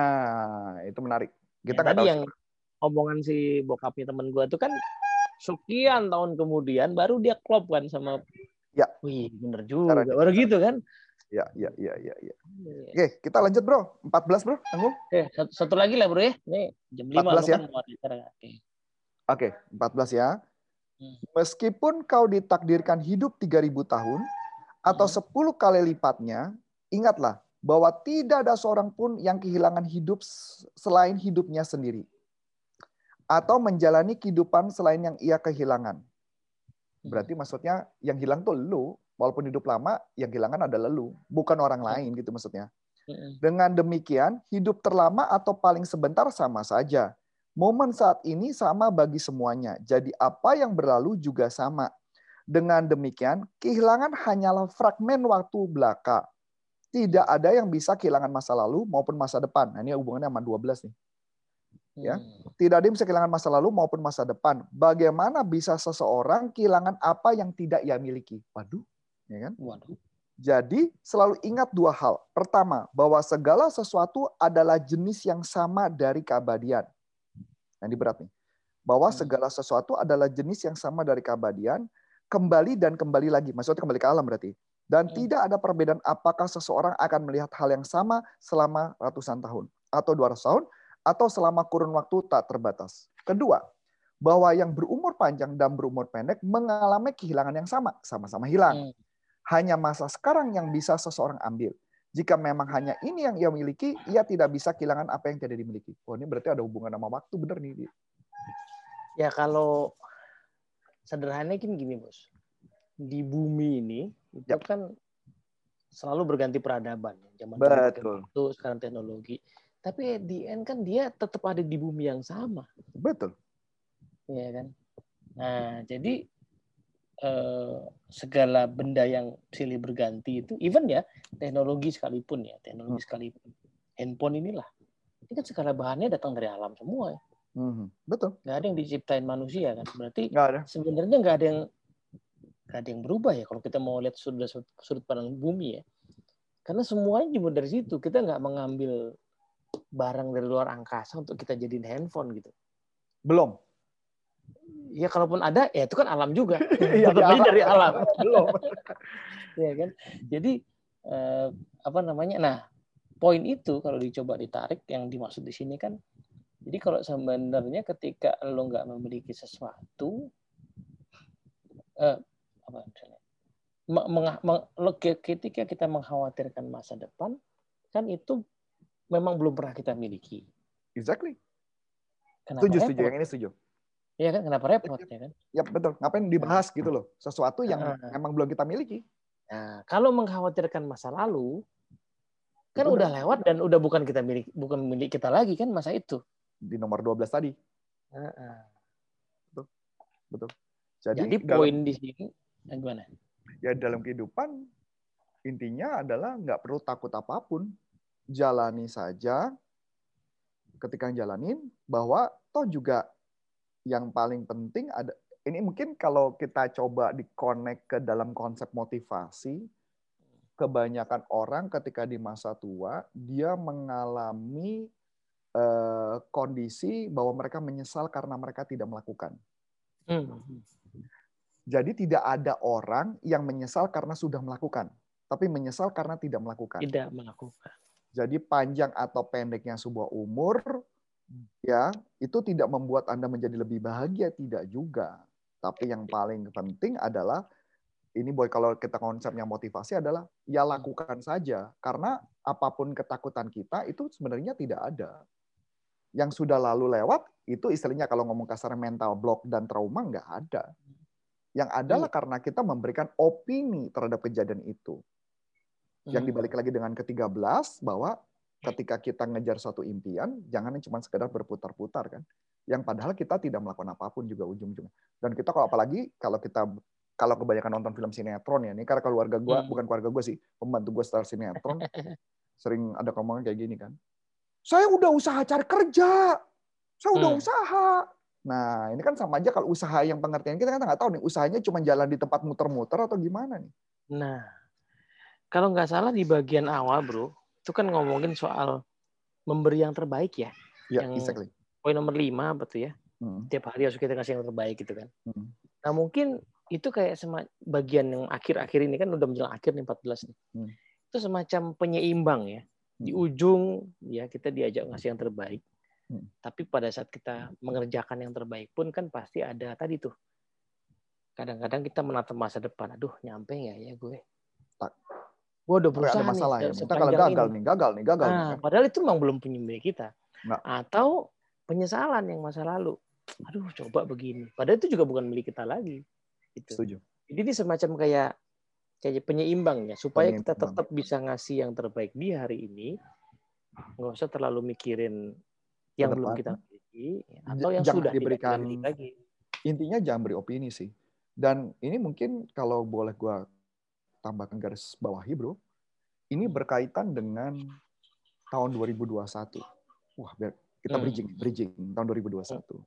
Nah itu menarik. Kita ya, nggak tahu. Yang omongan si bokapnya teman gue itu kan sekian tahun kemudian baru dia klop kan sama. Ya. Wih bener juga. Baru gitu kan. Ya, ya, ya, ya, ya. Oke, kita lanjut bro. empat belas bro, tanggung. Oke, satu, satu lagi lah bro ya. Ini jam lima ya. Kan mau acara. Oke. Oke, empat belas ya. Meskipun kau ditakdirkan hidup tiga ribu tahun atau sepuluh kali lipatnya, ingatlah bahwa tidak ada seorang pun yang kehilangan hidup selain hidupnya sendiri. Atau menjalani kehidupan selain yang ia kehilangan. Berarti maksudnya yang hilang tuh lu. Walaupun hidup lama, yang kehilangan adalah lu, bukan orang lain gitu maksudnya. Dengan demikian, hidup terlama atau paling sebentar sama saja. Momen saat ini sama bagi semuanya. Jadi apa yang berlalu juga sama. Dengan demikian, kehilangan hanyalah fragmen waktu belaka. Tidak ada yang bisa kehilangan masa lalu maupun masa depan. Nah, ini hubungannya sama dua belas nih. Ya, tidak ada yang bisa kehilangan masa lalu maupun masa depan. Bagaimana bisa seseorang kehilangan apa yang tidak ia miliki? Waduh. Ya kan? Waduh. Jadi selalu ingat dua hal. Pertama, bahwa segala sesuatu adalah jenis yang sama dari keabadian. Nah, ini berat nih. Bahwa segala sesuatu adalah jenis yang sama dari keabadian, kembali dan kembali lagi. Maksudnya kembali ke alam berarti. Dan hmm. tidak ada perbedaan apakah seseorang akan melihat hal yang sama selama ratusan tahun. Atau dua ratus tahun. Atau selama kurun waktu tak terbatas. Kedua, bahwa yang berumur panjang dan berumur pendek mengalami kehilangan yang sama. Sama-sama hilang. Hmm. Hanya masa sekarang yang bisa seseorang ambil. Jika memang hanya ini yang ia miliki, ia tidak bisa kehilangan apa yang tidak dimiliki. Oh, ini berarti ada hubungan sama waktu, bener nih. Ya kalau sederhananya kan gini, Bos. Di bumi ini, itu yep. kan selalu berganti peradaban. Zaman Betul. Itu sekarang teknologi. Tapi di end kan dia tetap ada di bumi yang sama. Betul. Iya kan? Nah, jadi Uh, segala benda yang silih berganti itu, even ya teknologi sekalipun ya teknologi hmm. sekalipun handphone inilah, ini kan segala bahannya datang dari alam semua ya. Hmm. Betul. Nggak ada yang diciptain manusia kan, berarti nggak ada. Sebenarnya nggak ada yang gak ada yang berubah ya kalau kita mau lihat sudut sudut pandang bumi ya. Karena semuanya juga dari situ. Kita nggak mengambil barang dari luar angkasa untuk kita jadiin handphone gitu. Belum. Ya kalaupun ada, ya itu kan alam juga. Iya, Tetap dari alam. Belum. Ya kan. Jadi eh, apa namanya? Nah, poin itu kalau dicoba ditarik yang dimaksud di sini kan. Jadi kalau sebenarnya ketika lo nggak memiliki sesuatu, eh, apa misalnya? Meng, meng, ketika kita mengkhawatirkan masa depan, kan itu memang belum pernah kita miliki. Exactly. Kenapa setuju, repot? setuju. Yang ini setuju. Iya kan, kenapa repot ya, ya kan? Ya betul. Ngapain dibahas gitu loh? Sesuatu yang nah, memang belum kita miliki. Nah, kalau mengkhawatirkan masa lalu, kan itu udah lewat dan udah bukan kita milik, bukan milik kita lagi kan masa itu. Di nomor dua belas tadi. Nah, betul, betul. Jadi, Jadi poin dalam, di sini, gimana? Ya dalam kehidupan intinya adalah nggak perlu takut apapun, jalani saja. Ketika jalanin, bahwa toh juga yang paling penting ada. Ini mungkin kalau kita coba di-connect ke dalam konsep motivasi, kebanyakan orang ketika di masa tua dia mengalami eh, kondisi bahwa mereka menyesal karena mereka tidak melakukan. Hmm. Jadi tidak ada orang yang menyesal karena sudah melakukan, tapi menyesal karena tidak melakukan. Tidak melakukan. Jadi panjang atau pendeknya sebuah umur, ya itu tidak membuat Anda menjadi lebih bahagia, tidak juga. Tapi yang paling penting adalah, ini boy kalau kita konsepnya motivasi adalah, ya lakukan saja. Karena apapun ketakutan kita itu sebenarnya tidak ada. Yang sudah lalu lewat, itu istilahnya kalau ngomong kasar mental block dan trauma nggak ada. Yang adalah karena kita memberikan opini terhadap kejadian itu. Yang dibalik lagi dengan ke tiga belas, bahwa ketika kita ngejar suatu impian, jangan cuma sekedar berputar-putar kan. Yang padahal kita tidak melakukan apapun juga ujung-ujungnya. Dan kita kalau apalagi kalau kita kalau kebanyakan nonton film sinetron ya, ini karena keluarga gue, hmm. bukan keluarga gue sih, pembantu gue star sinetron, sering ada ngomong kayak gini kan. Saya udah usaha cari kerja, saya udah hmm. usaha. Nah, ini kan sama aja kalau usaha yang pengertian kita kan nggak tahu nih, usahanya cuma jalan di tempat muter-muter atau gimana nih. Nah, kalau nggak salah di bagian awal, bro, itu kan ngomongin soal memberi yang terbaik ya. Ya, yang exactly. Poin nomor lima, betul ya. Hmm. Tiap hari harus kita kasih yang terbaik gitu kan. Hmm. Nah, mungkin itu kayak sema- bagian yang akhir-akhir ini kan udah menjelang akhir nih empat belas nih. Hmm. Itu semacam penyeimbang ya. Hmm. Di ujung ya kita diajak ngasih yang terbaik. Hmm. Tapi pada saat kita mengerjakan yang terbaik pun kan pasti ada tadi tuh. Kadang-kadang kita menatap masa depan. Aduh, nyampe nggak ya gue? Tak. Gue udah berusaha ada masalah nih. Ya. Kita kalau gagal ini. nih, gagal nih, gagal nah, nih. Kan? Padahal itu memang belum punya milik kita. Nggak. Atau penyesalan yang masa lalu. Aduh, coba begini. Padahal itu juga bukan milik kita lagi. Gitu. Setuju. Jadi ini semacam kayak kayak penyeimbang ya, supaya penyeimbang. Kita tetap bisa ngasih yang terbaik di hari ini. Nggak usah terlalu mikirin yang belum kita miliki atau yang jangan sudah diberikan tidak lagi. Intinya jangan beri opini sih. Dan ini mungkin kalau boleh gue tambahkan garis bawahi, bro. Ini berkaitan dengan tahun dua ribu dua puluh satu. Wah, biar kita bridging, bridging tahun dua ribu dua puluh satu.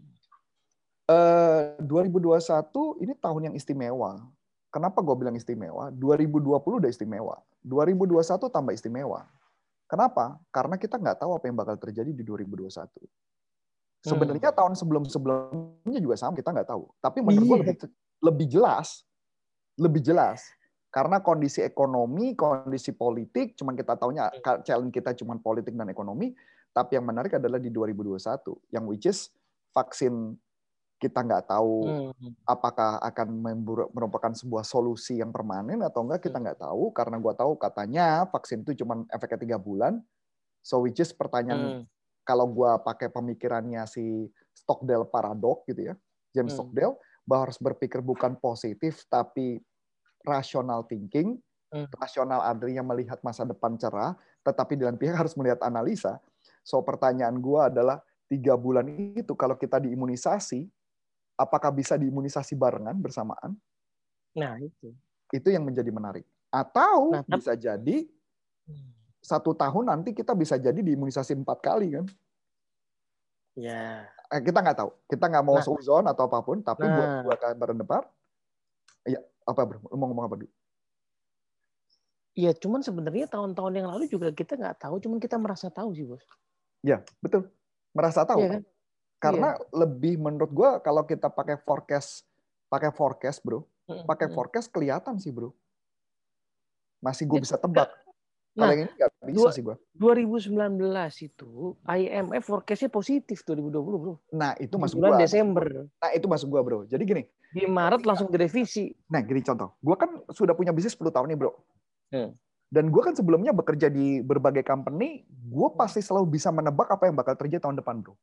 Uh, dua ribu dua puluh satu ini tahun yang istimewa. Kenapa gue bilang istimewa? dua ribu dua puluh udah istimewa. dua ribu dua puluh satu tambah istimewa. Kenapa? Karena kita nggak tahu apa yang bakal terjadi di dua ribu dua puluh satu. Sebenarnya hmm. tahun sebelum-sebelumnya juga sama, kita nggak tahu. Tapi menurut gue lebih, lebih jelas. Lebih jelas. Karena kondisi ekonomi, kondisi politik, cuman kita taunya challenge kita cuman politik dan ekonomi. Tapi yang menarik adalah di dua ribu dua puluh satu. Yang which is vaksin kita nggak tahu hmm. apakah akan merupakan sebuah solusi yang permanen atau enggak, kita nggak tahu. Karena gue tahu katanya vaksin itu cuma efeknya tiga bulan. So which is pertanyaan, hmm. kalau gue pakai pemikirannya si Stockdale paradox gitu ya, James hmm. Stockdale, bahwa harus berpikir bukan positif tapi rational thinking. Hmm. Rasional artinya melihat masa depan cerah, tetapi di lain pihak harus melihat analisa. So pertanyaan gue adalah, tiga bulan itu kalau kita diimunisasi, apakah bisa diimunisasi barengan bersamaan? Nah, itu. Itu yang menjadi menarik. Atau nah, bisa tapi... jadi satu tahun nanti kita bisa jadi diimunisasi empat kali kan? Ya. Eh, kita nggak tahu. Kita nggak mau nah. seuzon atau apapun. Tapi nah. buat buat kabar depan, Iya, apa bro? Lu mau ngomong apa dulu? Iya, cuman sebenarnya tahun-tahun yang lalu juga kita nggak tahu, cuman kita merasa tahu sih, Bos. Ya, betul. Merasa tahu. Iya kan? Karena iya. lebih menurut gue kalau kita pakai forecast, pakai forecast bro, pakai forecast kelihatan sih bro. Masih gue bisa tebak. Kalau Nah, yang ini nggak bisa sih gue. dua ribu sembilan belas itu I M F forecast-nya positif dua ribu dua puluh bro. Nah itu masuk bulan gue. Desember. Nah itu masuk gue bro. Jadi gini. Di Maret ketika, langsung direvisi. Nah gini contoh. Gue kan sudah punya bisnis sepuluh tahun nih bro. Hmm. Dan gue kan sebelumnya bekerja di berbagai company. Gue pasti selalu bisa menebak apa yang bakal terjadi tahun depan bro.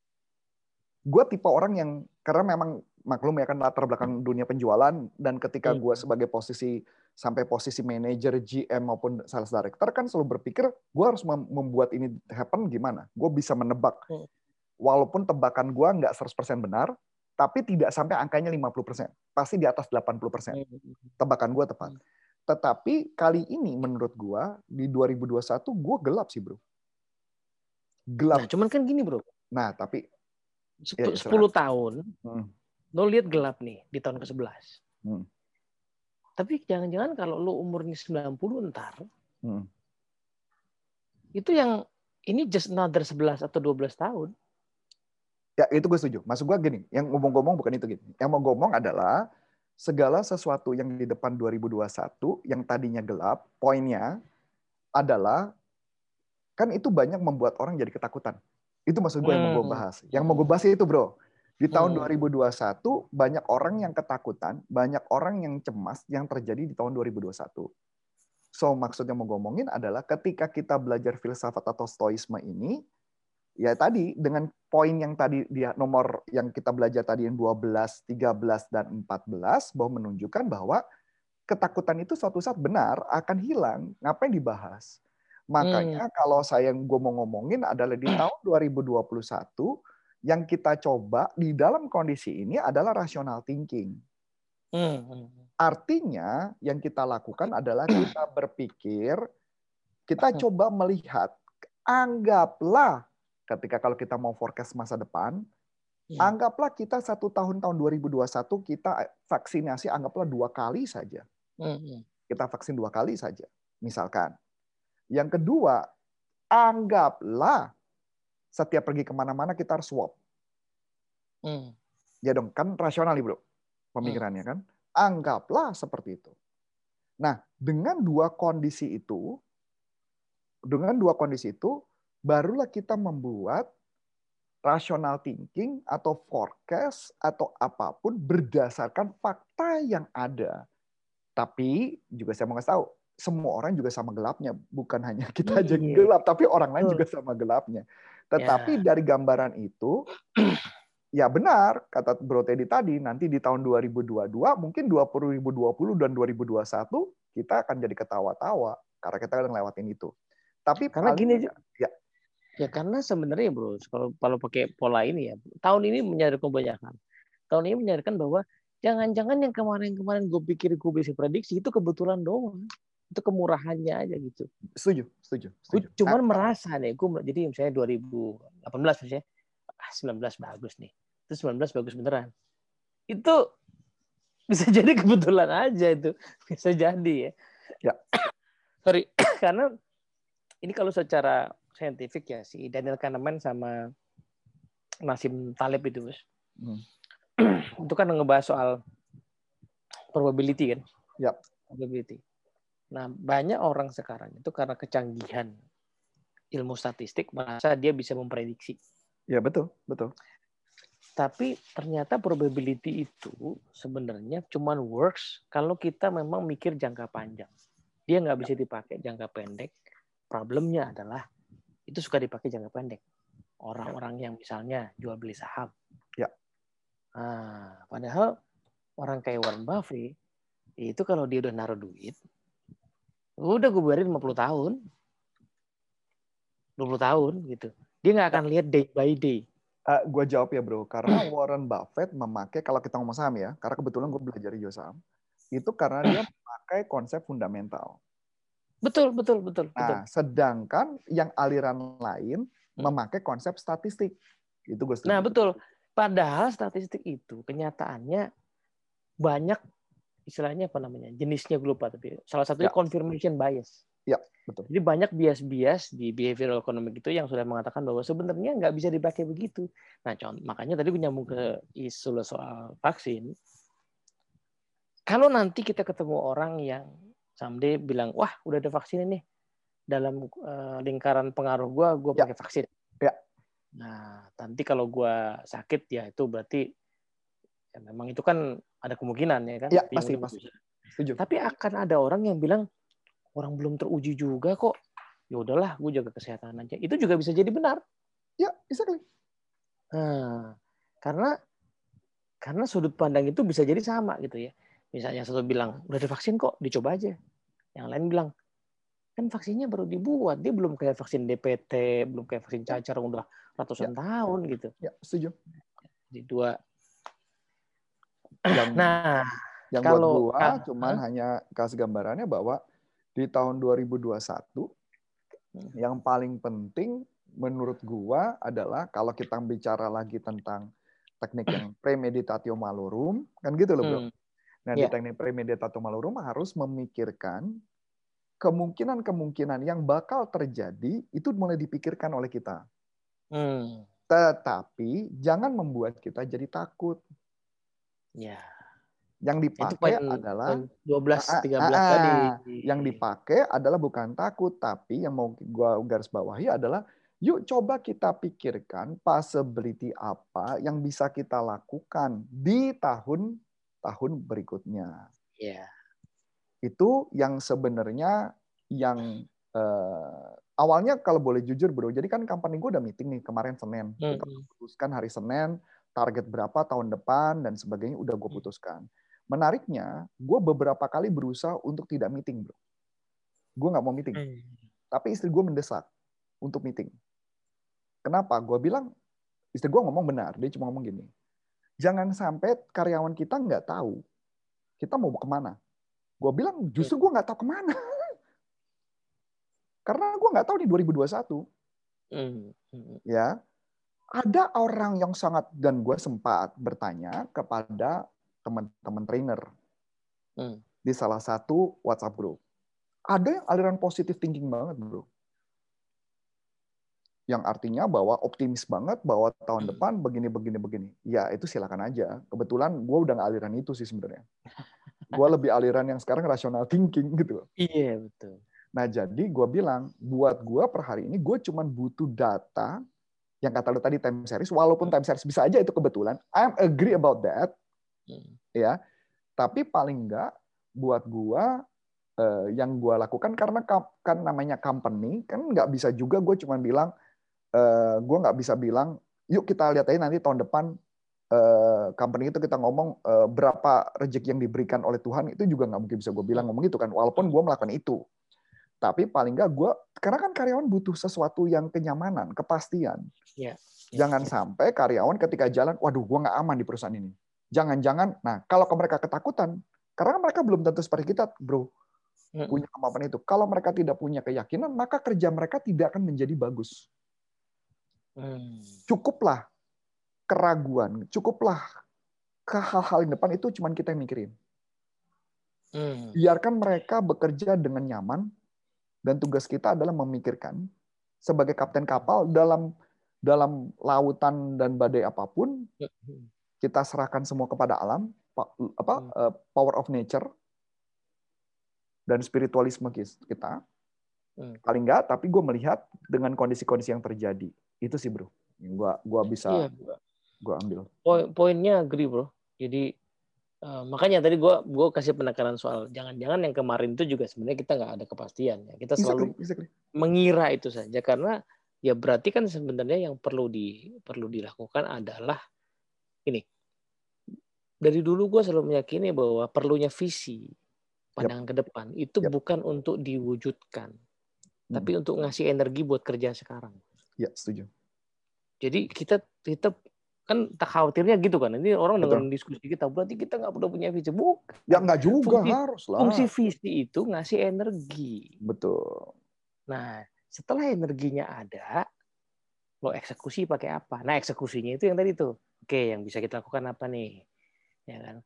Gue tipe orang yang, karena memang maklum ya kan latar belakang dunia penjualan, dan ketika gue sebagai posisi sampai posisi manajer, G M maupun sales director kan selalu berpikir gue harus membuat ini happen gimana. Gue bisa menebak. Walaupun tebakan gue nggak seratus persen benar, tapi tidak sampai angkanya lima puluh persen. Pasti di atas delapan puluh persen. Tebakan gue tepat. Tetapi kali ini menurut gue di dua ribu dua puluh satu gue gelap sih bro. Gelap. Nah cuman kan gini bro. Nah tapi sepuluh ya, tahun, hmm. lo lihat gelap nih di tahun ke sebelas. Hmm. Tapi jangan-jangan kalau lo umurnya sembilan puluh ntar, hmm. itu yang ini just another sebelas atau dua belas tahun. Ya itu gue setuju. Maksud gue gini, yang ngomong-ngomong bukan itu gini. Yang mau ngomong adalah segala sesuatu yang di depan dua ribu dua puluh satu yang tadinya gelap, poinnya adalah kan itu banyak membuat orang jadi ketakutan. Itu maksud gue yang mau gue bahas. Yang mau gue bahas itu bro. Di tahun dua ribu dua puluh satu banyak orang yang ketakutan, banyak orang yang cemas yang terjadi di tahun dua ribu dua puluh satu. So maksudnya mau gue ngomongin adalah ketika kita belajar filsafat atau stoisme ini, ya tadi dengan poin yang tadi dia nomor yang kita belajar tadi yang dua belas, tiga belas, dan empat belas bahwa menunjukkan bahwa ketakutan itu suatu saat benar akan hilang. Ngapain dibahas? Makanya hmm. kalau saya yang gue mau ngomongin adalah di tahun dua ribu dua puluh satu yang kita coba di dalam kondisi ini adalah rational thinking. Hmm. Artinya yang kita lakukan adalah kita berpikir, kita coba melihat, anggaplah ketika kalau kita mau forecast masa depan, hmm. anggaplah kita satu tahun tahun dua ribu dua puluh satu kita vaksinasi anggaplah dua kali saja. Hmm. Kita vaksin dua kali saja, misalkan. Yang kedua, anggaplah setiap pergi kemana-mana kita harus swab. Hmm. Ya dong, kan rasional nih bro, pemikirannya kan. Anggaplah seperti itu. Nah, dengan dua kondisi itu, dengan dua kondisi itu, barulah kita membuat rational thinking atau forecast atau apapun berdasarkan fakta yang ada. Tapi juga saya mau ngasih tahu, semua orang juga sama gelapnya, bukan hanya kita aja iya. gelap, tapi orang lain juga sama gelapnya. Tetapi ya. Dari gambaran itu, ya benar kata Bro Teddy tadi, nanti di tahun dua ribu dua puluh dua, mungkin dua ribu dua puluh dan dua ribu dua puluh satu kita akan jadi ketawa-tawa karena kita akan lewatin itu. Tapi karena paling, gini, ya. ya karena sebenarnya Bro, kalau kalau pakai pola ini ya, tahun ini menyadarkan kebanyakan. Tahun ini menyadarkan bahwa jangan-jangan yang kemarin-kemarin gue pikir gue bisa prediksi itu kebetulan doang. Itu kemurahannya aja gitu. Setuju, setuju. setuju. Gue cuman ah, merasa nih, gue jadi misalnya dua ribu delapan belas misalnya, ah sembilan belas bagus nih. Itu sembilan belas bagus beneran. Itu bisa jadi kebetulan aja itu. Bisa jadi ya. Ya. Sorry, karena ini kalau secara saintifik ya, si Daniel Kahneman sama Nassim Taleb itu, Bos. Hmm. Itu kan ngebahas soal probability kan? Ya. Probability. Nah, banyak orang sekarang itu karena kecanggihan ilmu statistik merasa dia bisa memprediksi. Ya, betul, betul. Tapi ternyata probability itu sebenarnya cuman works kalau kita memang mikir jangka panjang. Dia nggak bisa dipakai jangka pendek. Problemnya adalah itu suka dipakai jangka pendek. Orang-orang yang misalnya jual beli saham. Ya. Nah, padahal orang kayak Warren Buffett itu kalau dia udah naruh duit, udah gue biarin lima puluh tahun. dua puluh tahun gitu. Dia nggak akan lihat day by day. Uh, gue jawab ya bro, karena Warren Buffett memakai, kalau kita ngomong saham ya, karena kebetulan gue belajar juga saham, itu karena dia memakai konsep fundamental. Betul, betul, betul. Nah, betul. Sedangkan yang aliran lain memakai konsep statistik. Itu gue setuju. Nah, betul. Padahal statistik itu kenyataannya banyak istilahnya apa namanya? Jenisnya gue lupa tapi salah satunya ya. confirmation bias. Ya, betul. Jadi banyak bias-bias di behavioral economic itu yang sudah mengatakan bahwa sebenarnya nggak bisa dipakai begitu. Nah, contoh, makanya tadi gue nyambung ke isu soal vaksin. Kalau nanti kita ketemu orang yang someday bilang, wah udah ada vaksin ini, dalam uh, lingkaran pengaruh gue, gue ya. pakai vaksin. Ya. Nah, nanti kalau gue sakit ya itu berarti ya memang itu kan ada kemungkinan ya kan. Ya, pasti, pasti. Setuju. Tapi akan ada orang yang bilang, orang belum teruji juga kok. Ya udahlah, gue jaga kesehatan aja. Itu juga bisa jadi benar. Ya, exactly. Nah, karena karena sudut pandang itu bisa jadi sama gitu ya. Misalnya satu bilang, udah ada vaksin kok, dicoba aja. Yang lain bilang, kan vaksinnya baru dibuat, dia belum kayak vaksin D P T, belum kayak vaksin cacar, udah ratusan ya. tahun gitu. Ya, setuju. Di dua. Yang, nah, yang kalau buat gua kan, cuman huh? hanya kasih gambarannya bahwa di tahun dua ribu dua puluh satu hmm. yang paling penting menurut gua adalah kalau kita bicara lagi tentang teknik yang premeditatio malorum, kan gitu loh, Bro. Hmm. Nah, yeah. di teknik premeditatio malorum harus memikirkan kemungkinan-kemungkinan yang bakal terjadi itu mulai dipikirkan oleh kita. Hmm. Tetapi jangan membuat kita jadi takut. Ya. Yeah. Yang dipakai poin, adalah poin dua belas tiga belas ah, tadi. Yang dipakai adalah bukan takut, tapi yang mau gua garis bawahi adalah yuk coba kita pikirkan possibility apa yang bisa kita lakukan di tahun-tahun berikutnya. Yeah. Itu yang sebenarnya yang eh, awalnya kalau boleh jujur, Bro. Jadi kan company gue udah meeting nih kemarin Senin. Mm-hmm. Kita putuskan hari Senin, target berapa tahun depan dan sebagainya udah gue putuskan. Menariknya, gue beberapa kali berusaha untuk tidak meeting, Bro. Gue nggak mau meeting. Hmm. Tapi istri gue mendesak untuk meeting. Kenapa? Gue bilang, istri gue ngomong benar. Dia cuma ngomong gini, jangan sampai karyawan kita nggak tahu kita mau kemana. Gue bilang, justru gue nggak tahu kemana. Karena gue nggak tahu di dua ribu dua puluh satu. Hmm. Ya, ada orang yang sangat, dan gue sempat bertanya kepada teman-teman trainer hmm. di salah satu WhatsApp group. Ada yang aliran positif thinking banget, Bro. Yang artinya bahwa optimis banget bahwa tahun hmm. depan begini, begini, begini. Ya, itu silakan aja. Kebetulan gue udah nggak aliran itu sih sebenarnya. Gue lebih aliran yang sekarang rational thinking gitu. Iya, betul. Nah, jadi gue bilang, buat gue per hari ini, gue cuma butuh data yang kata lu tadi time series, walaupun time series bisa aja itu kebetulan. I'm agree about that. Hmm. Ya, tapi paling enggak buat gua eh, yang gua lakukan karena kan namanya company kan nggak bisa juga gue cuma bilang eh, gua nggak bisa bilang yuk kita lihat aja nanti tahun depan eh, company itu kita ngomong eh, berapa rezeki yang diberikan oleh Tuhan, itu juga nggak mungkin bisa gue bilang ngomong gitu kan, walaupun gua melakukan itu. Tapi paling enggak gue, karena kan karyawan butuh sesuatu yang kenyamanan, kepastian. Yeah. Jangan yeah. sampai karyawan ketika jalan, waduh gue nggak aman di perusahaan ini. Jangan-jangan, nah kalau mereka ketakutan, karena mereka belum tentu seperti kita, bro, punya kemampuan itu. Kalau mereka tidak punya keyakinan, maka kerja mereka tidak akan menjadi bagus. Cukuplah keraguan, cukuplah ke hal-hal yang depan itu cuma kita yang mikirin. Biarkan mereka bekerja dengan nyaman, dan tugas kita adalah memikirkan sebagai kapten kapal dalam dalam lautan dan badai apapun. Kita serahkan semua kepada alam, apa power of nature dan spiritualisme kita. Paling enggak, tapi gue melihat dengan kondisi-kondisi yang terjadi itu sih, bro, yang gue gua bisa iya. gue ambil. Poin poinnya agree, bro. Jadi uh, makanya tadi gue gue kasih penekanan soal jangan-jangan yang kemarin itu juga sebenarnya kita nggak ada kepastian ya. Kita selalu exactly, exactly. mengira itu saja karena ya berarti kan sebenarnya yang perlu di perlu dilakukan adalah ini. Dari dulu gue selalu meyakini bahwa perlunya visi, pandangan yep. ke depan itu yep. bukan untuk diwujudkan, hmm. tapi untuk ngasih energi buat kerja sekarang. Ya, setuju. Jadi kita kita kan tak khawatirnya gitu kan. Ini orang dengan diskusi kita berarti kita nggak perlu punya visi. Bukan. Ya nggak juga, fungsi, harus lah. Fungsi visi itu ngasih energi. Betul. Nah, setelah energinya ada, lo eksekusi pakai apa? Nah, eksekusinya itu yang tadi tuh. Oke, yang bisa kita lakukan apa nih? Ya kan?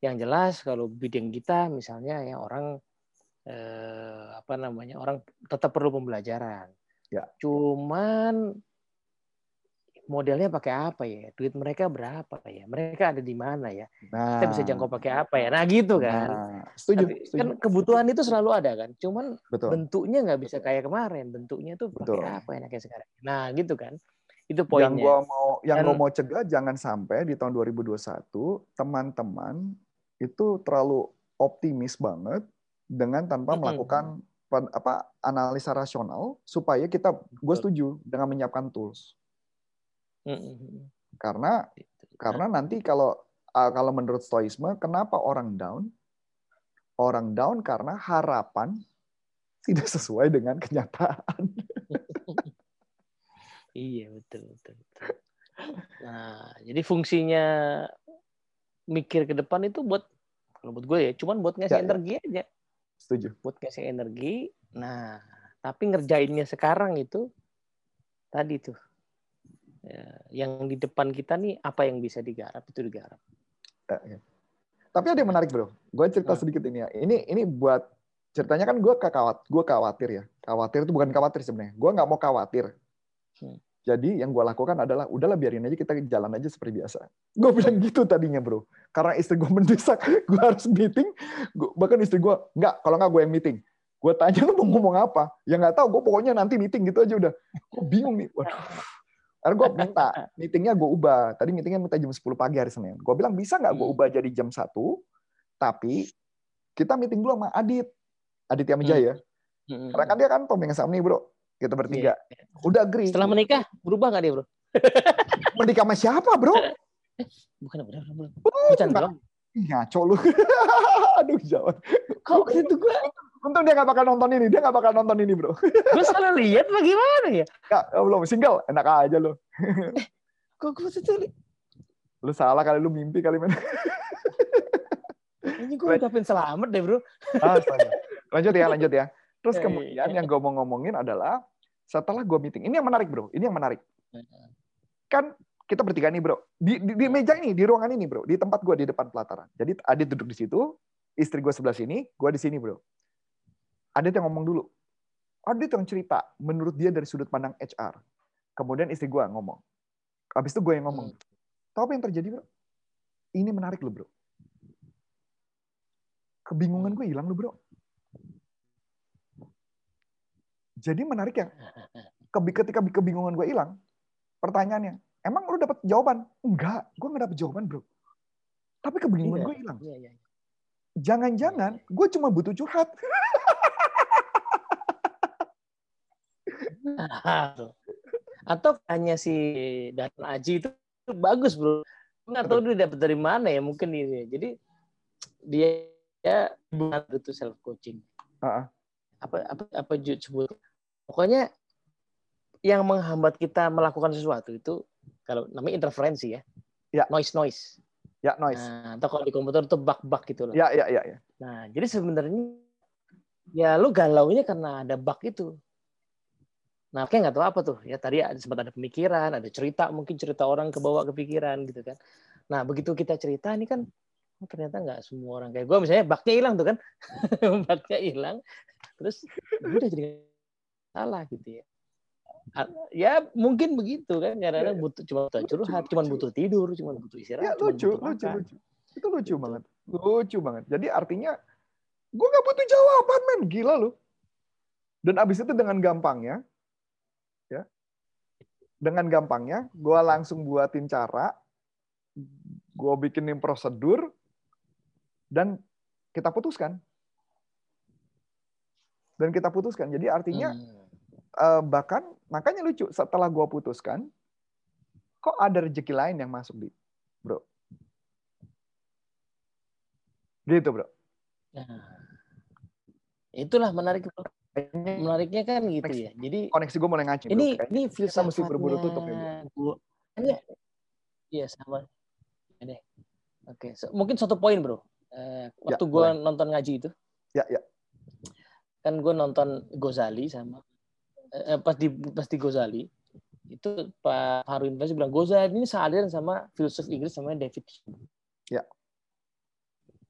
yang jelas kalau bidang kita misalnya ya orang eh, apa namanya orang tetap perlu pembelajaran. Ya. Cuman modelnya pakai apa ya? Duit mereka berapa ya? Mereka ada di mana ya? Nah, kita bisa jangkau pakai apa ya? Nah gitu kan. Nah, setuju, Tapi, setuju. Kan kebutuhan itu selalu ada kan. Cuman Betul. bentuknya nggak bisa kayak kemarin. Bentuknya tuh pakai Betul. apa enaknya sekarang. Nah gitu kan. Itu poinnya. Yang gua mau yang Dan, gua mau cegah jangan sampai di tahun dua ribu dua puluh satu teman-teman itu terlalu optimis banget dengan tanpa mm-mm. melakukan apa analisa rasional supaya kita gue setuju dengan menyiapkan tools. Mm-mm. Karena karena nanti kalau kalau menurut stoisme kenapa orang down? Orang down karena harapan tidak sesuai dengan kenyataan. Iya betul, betul betul. Nah jadi fungsinya mikir ke depan itu buat kalau buat gue ya, cuman buat ngasih Ya, energi ya. aja. Setuju. Buat ngasih energi. Nah tapi ngerjainnya sekarang itu tadi tuh. Ya, yang di depan kita nih apa yang bisa digarap itu digarap. Ya, ya. Tapi ada yang menarik bro. Gue cerita sedikit ini ya. Ini ini buat ceritanya kan gue kawat, gue khawatir ya. Khawatir itu bukan khawatir sebenarnya. Gue nggak mau khawatir. Hmm. Jadi yang gue lakukan adalah udahlah biarin aja kita jalan aja seperti biasa. Gue bilang gitu tadinya bro. Karena istri gue mendesak, gue harus meeting. Gua, bahkan istri gue nggak, kalau nggak gue yang meeting. Gue tanya lu mau ngomong apa? Ya nggak tahu. Gue pokoknya nanti meeting gitu aja udah. Gue bingung nih. Waduh. Karena gue minta meetingnya gue ubah. Tadi meetingnya minta jam sepuluh pagi hari Senin. Gue bilang bisa nggak gue ubah jadi jam satu, tapi kita meeting dulu sama Adit. Aditya Mijaya. Hmm. Karena kan dia kan pemegang saham nih bro. Kita bertiga. Yeah. Udah agree. Setelah menikah, berubah nggak dia bro? Menikah sama siapa bro? Bukan, bukan, bukan. Bercanda dong. Ngaco lu. Aduh jawab. Kok gitu gue? Untung dia nggak bakal nonton ini. Dia nggak bakal nonton ini bro. Gue salah lihat bagaimana ya? Nggak, belum single. Enak aja lu. eh, kok gue tuh lu salah kali, lu mimpi kali mana? Ini gue ucapin selamat deh bro. Ah, lanjut ya, lanjut ya. Terus kemudian yang gue mau ngomongin adalah setelah gue meeting. Ini yang menarik bro. Ini yang menarik. Kan kita bertiga nih bro. Di, di, di meja ini, di ruangan ini bro. Di tempat gue di depan pelataran. Jadi Adit duduk di situ. Istri gue sebelah sini. Gue di sini bro. Adit yang ngomong dulu. Adit yang cerita. Menurut dia dari sudut pandang H R. Kemudian istri gue ngomong. Habis itu gue yang ngomong. Tahu apa yang terjadi bro? Ini menarik loh bro. Kebingungan gue hilang loh bro. Jadi menarik ya. Ketika kebingungan gue hilang. Pertanyaannya. Emang lu dapat jawaban? Enggak. Gue nggak dapat jawaban bro. Tapi kebingungan gue hilang. Jangan-jangan gue cuma butuh curhat. Atau hanya si Dan Aji itu bagus bro. Nggak tahu dia dapat dari mana ya mungkin ini. Jadi dia ya itu self coaching. Uh-uh. Apa apa apa sebut? Pokoknya yang menghambat kita melakukan sesuatu itu kalau namanya interferensi ya. Ya. Noise noise. Ya noise. Nah, atau kalau di komputer itu bug-bug gitu loh. Ya ya ya ya. Nah, jadi sebenarnya ya lu galaunya karena ada bug itu. Nah, kayak nggak tahu apa tuh. Ya tadi sempat ada pemikiran, ada cerita, mungkin cerita orang kebawa kepikiran gitu kan. Nah, begitu kita cerita ini kan oh, ternyata nggak semua orang kayak gue. Misalnya bugnya hilang tuh kan. Bugnya hilang. Terus udah jadi salah gitu ya. Ya mungkin begitu kan. Kadang-kadang butuh cuma butuh curhat, cuma butuh tidur, cuma butuh istirahat. Ya, lucu, lucu, lucu. Itu lucu gitu. banget. Lucu banget. Jadi artinya gue nggak butuh jawaban men. Gila lu. Dan abis itu dengan gampangnya, ya, dengan gampangnya, gue langsung buatin cara, gue bikinin prosedur, dan kita putuskan. Dan kita putuskan. Jadi artinya, hmm. uh, bahkan, makanya lucu, setelah gue putuskan, kok ada rezeki lain yang masuk di, bro. Gitu, bro. Nah, itulah menarik. Menariknya kan gitu Next. ya. Jadi koneksi gue mulai ngaci. Ini bro. ini filsafatnya. Mesti buru-buru tutup ya. Gua, ini, iya sama. Ini. Oke, so, mungkin satu poin bro. Eh, waktu ya, gue nonton ngaji itu. Ya ya. Kan gue nonton Ghazali sama eh, pas di pas di Ghazali itu Pak Harun pasti bilang Ghazali ini sealiran sama filsuf Inggris namanya David Hume. Ya.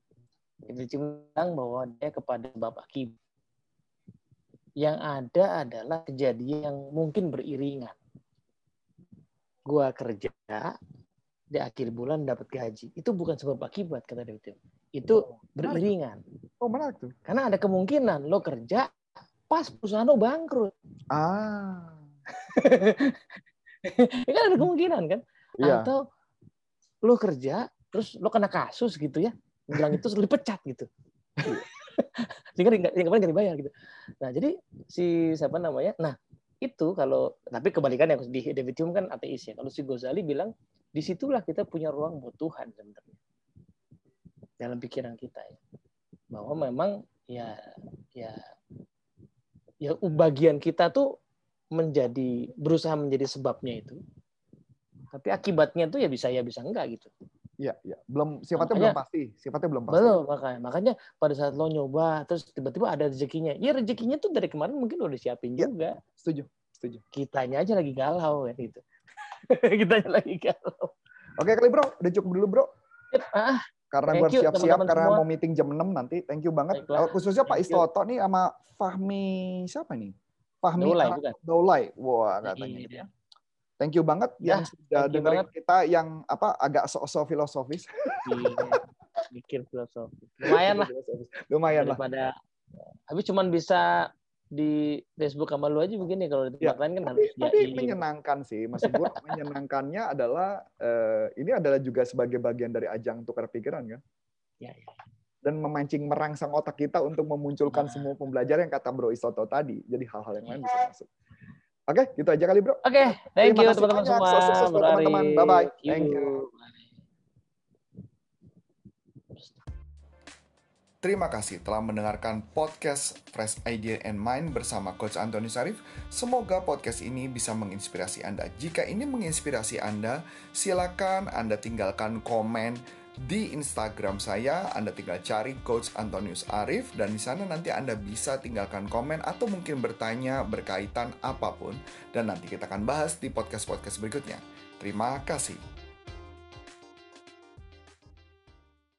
Definitium bilang bahwa dia kepada sebab akibat. Yang ada adalah kejadian yang mungkin beriringan. Gua kerja, di akhir bulan dapat gaji. Itu bukan sebab akibat, kata Definitium. Itu beriringan. Oh, menarik tuh. Karena ada kemungkinan lo kerja pas perusahaan lo bangkrut. Ah. Ya kan ada kemungkinan kan? Iya. Atau lo kerja, terus lo kena kasus gitu ya. Bilang itu lo dipecat gitu. Sehingga yang kemarin nggak dibayar gitu. Nah, jadi si siapa namanya? Nah, itu kalau tapi kebalikannya di Definitium kan ateis ya. Kalau si Ghazali bilang disitulah kita punya ruang buat Tuhan sebenarnya dalam pikiran kita ya. Bahwa memang ya ya ya bagian kita tuh menjadi berusaha menjadi sebabnya itu. Tapi akibatnya tuh ya bisa ya bisa enggak gitu. Iya, iya. Belum sifatnya Makanya, belum pasti. Sifatnya belum pasti. Belum, makanya. Makanya pada saat lo nyoba terus tiba-tiba ada rezekinya. Ya rezekinya tuh dari kemarin mungkin lo udah siapin ya, juga. Setuju, setuju. Kitanya aja lagi galau ya gitu. Kitanya lagi galau. Oke kali bro, udah cukup dulu bro. Ah, karena gue siap-siap karena semua. Mau meeting jam enam nanti. Thank you banget. Baiklah. Khususnya Pak Istoto nih sama Fahmi siapa nih? Fahmi Daulay, bukan? Daulay. Wah, katanya gitu ya. Thank you banget ya, yang sudah dengerin banget. Kita yang apa agak sok-sok filosofis. Mikir filosofis. Lumayan lah. Lumayan lah. Daripada habis cuman bisa di Facebook sama lu aja begini, kalau di tempat ya, lain kan tapi, harus tapi menyenangkan sih. Maksud gue menyenangkannya adalah uh, ini adalah juga sebagai bagian dari ajang tukar pikiran kan. Ya, ya. Dan memancing merangsang otak kita untuk memunculkan nah. semua pembelajaran yang kata Bro Istoto tadi. Jadi hal-hal yang lain bisa masuk. Oke, gitu aja kali bro. Oke, okay, thank you teman-teman semua. Sukses buat teman-teman. Bye-bye. Thank you. Terima kasih telah mendengarkan podcast Fresh Idea and Mind bersama Coach Antonius Arif. Semoga podcast ini bisa menginspirasi Anda. Jika ini menginspirasi Anda, silakan Anda tinggalkan komen di Instagram saya. Anda tinggal cari Coach Antonius Arif dan di sana nanti Anda bisa tinggalkan komen atau mungkin bertanya berkaitan apapun dan nanti kita akan bahas di podcast-podcast berikutnya. Terima kasih.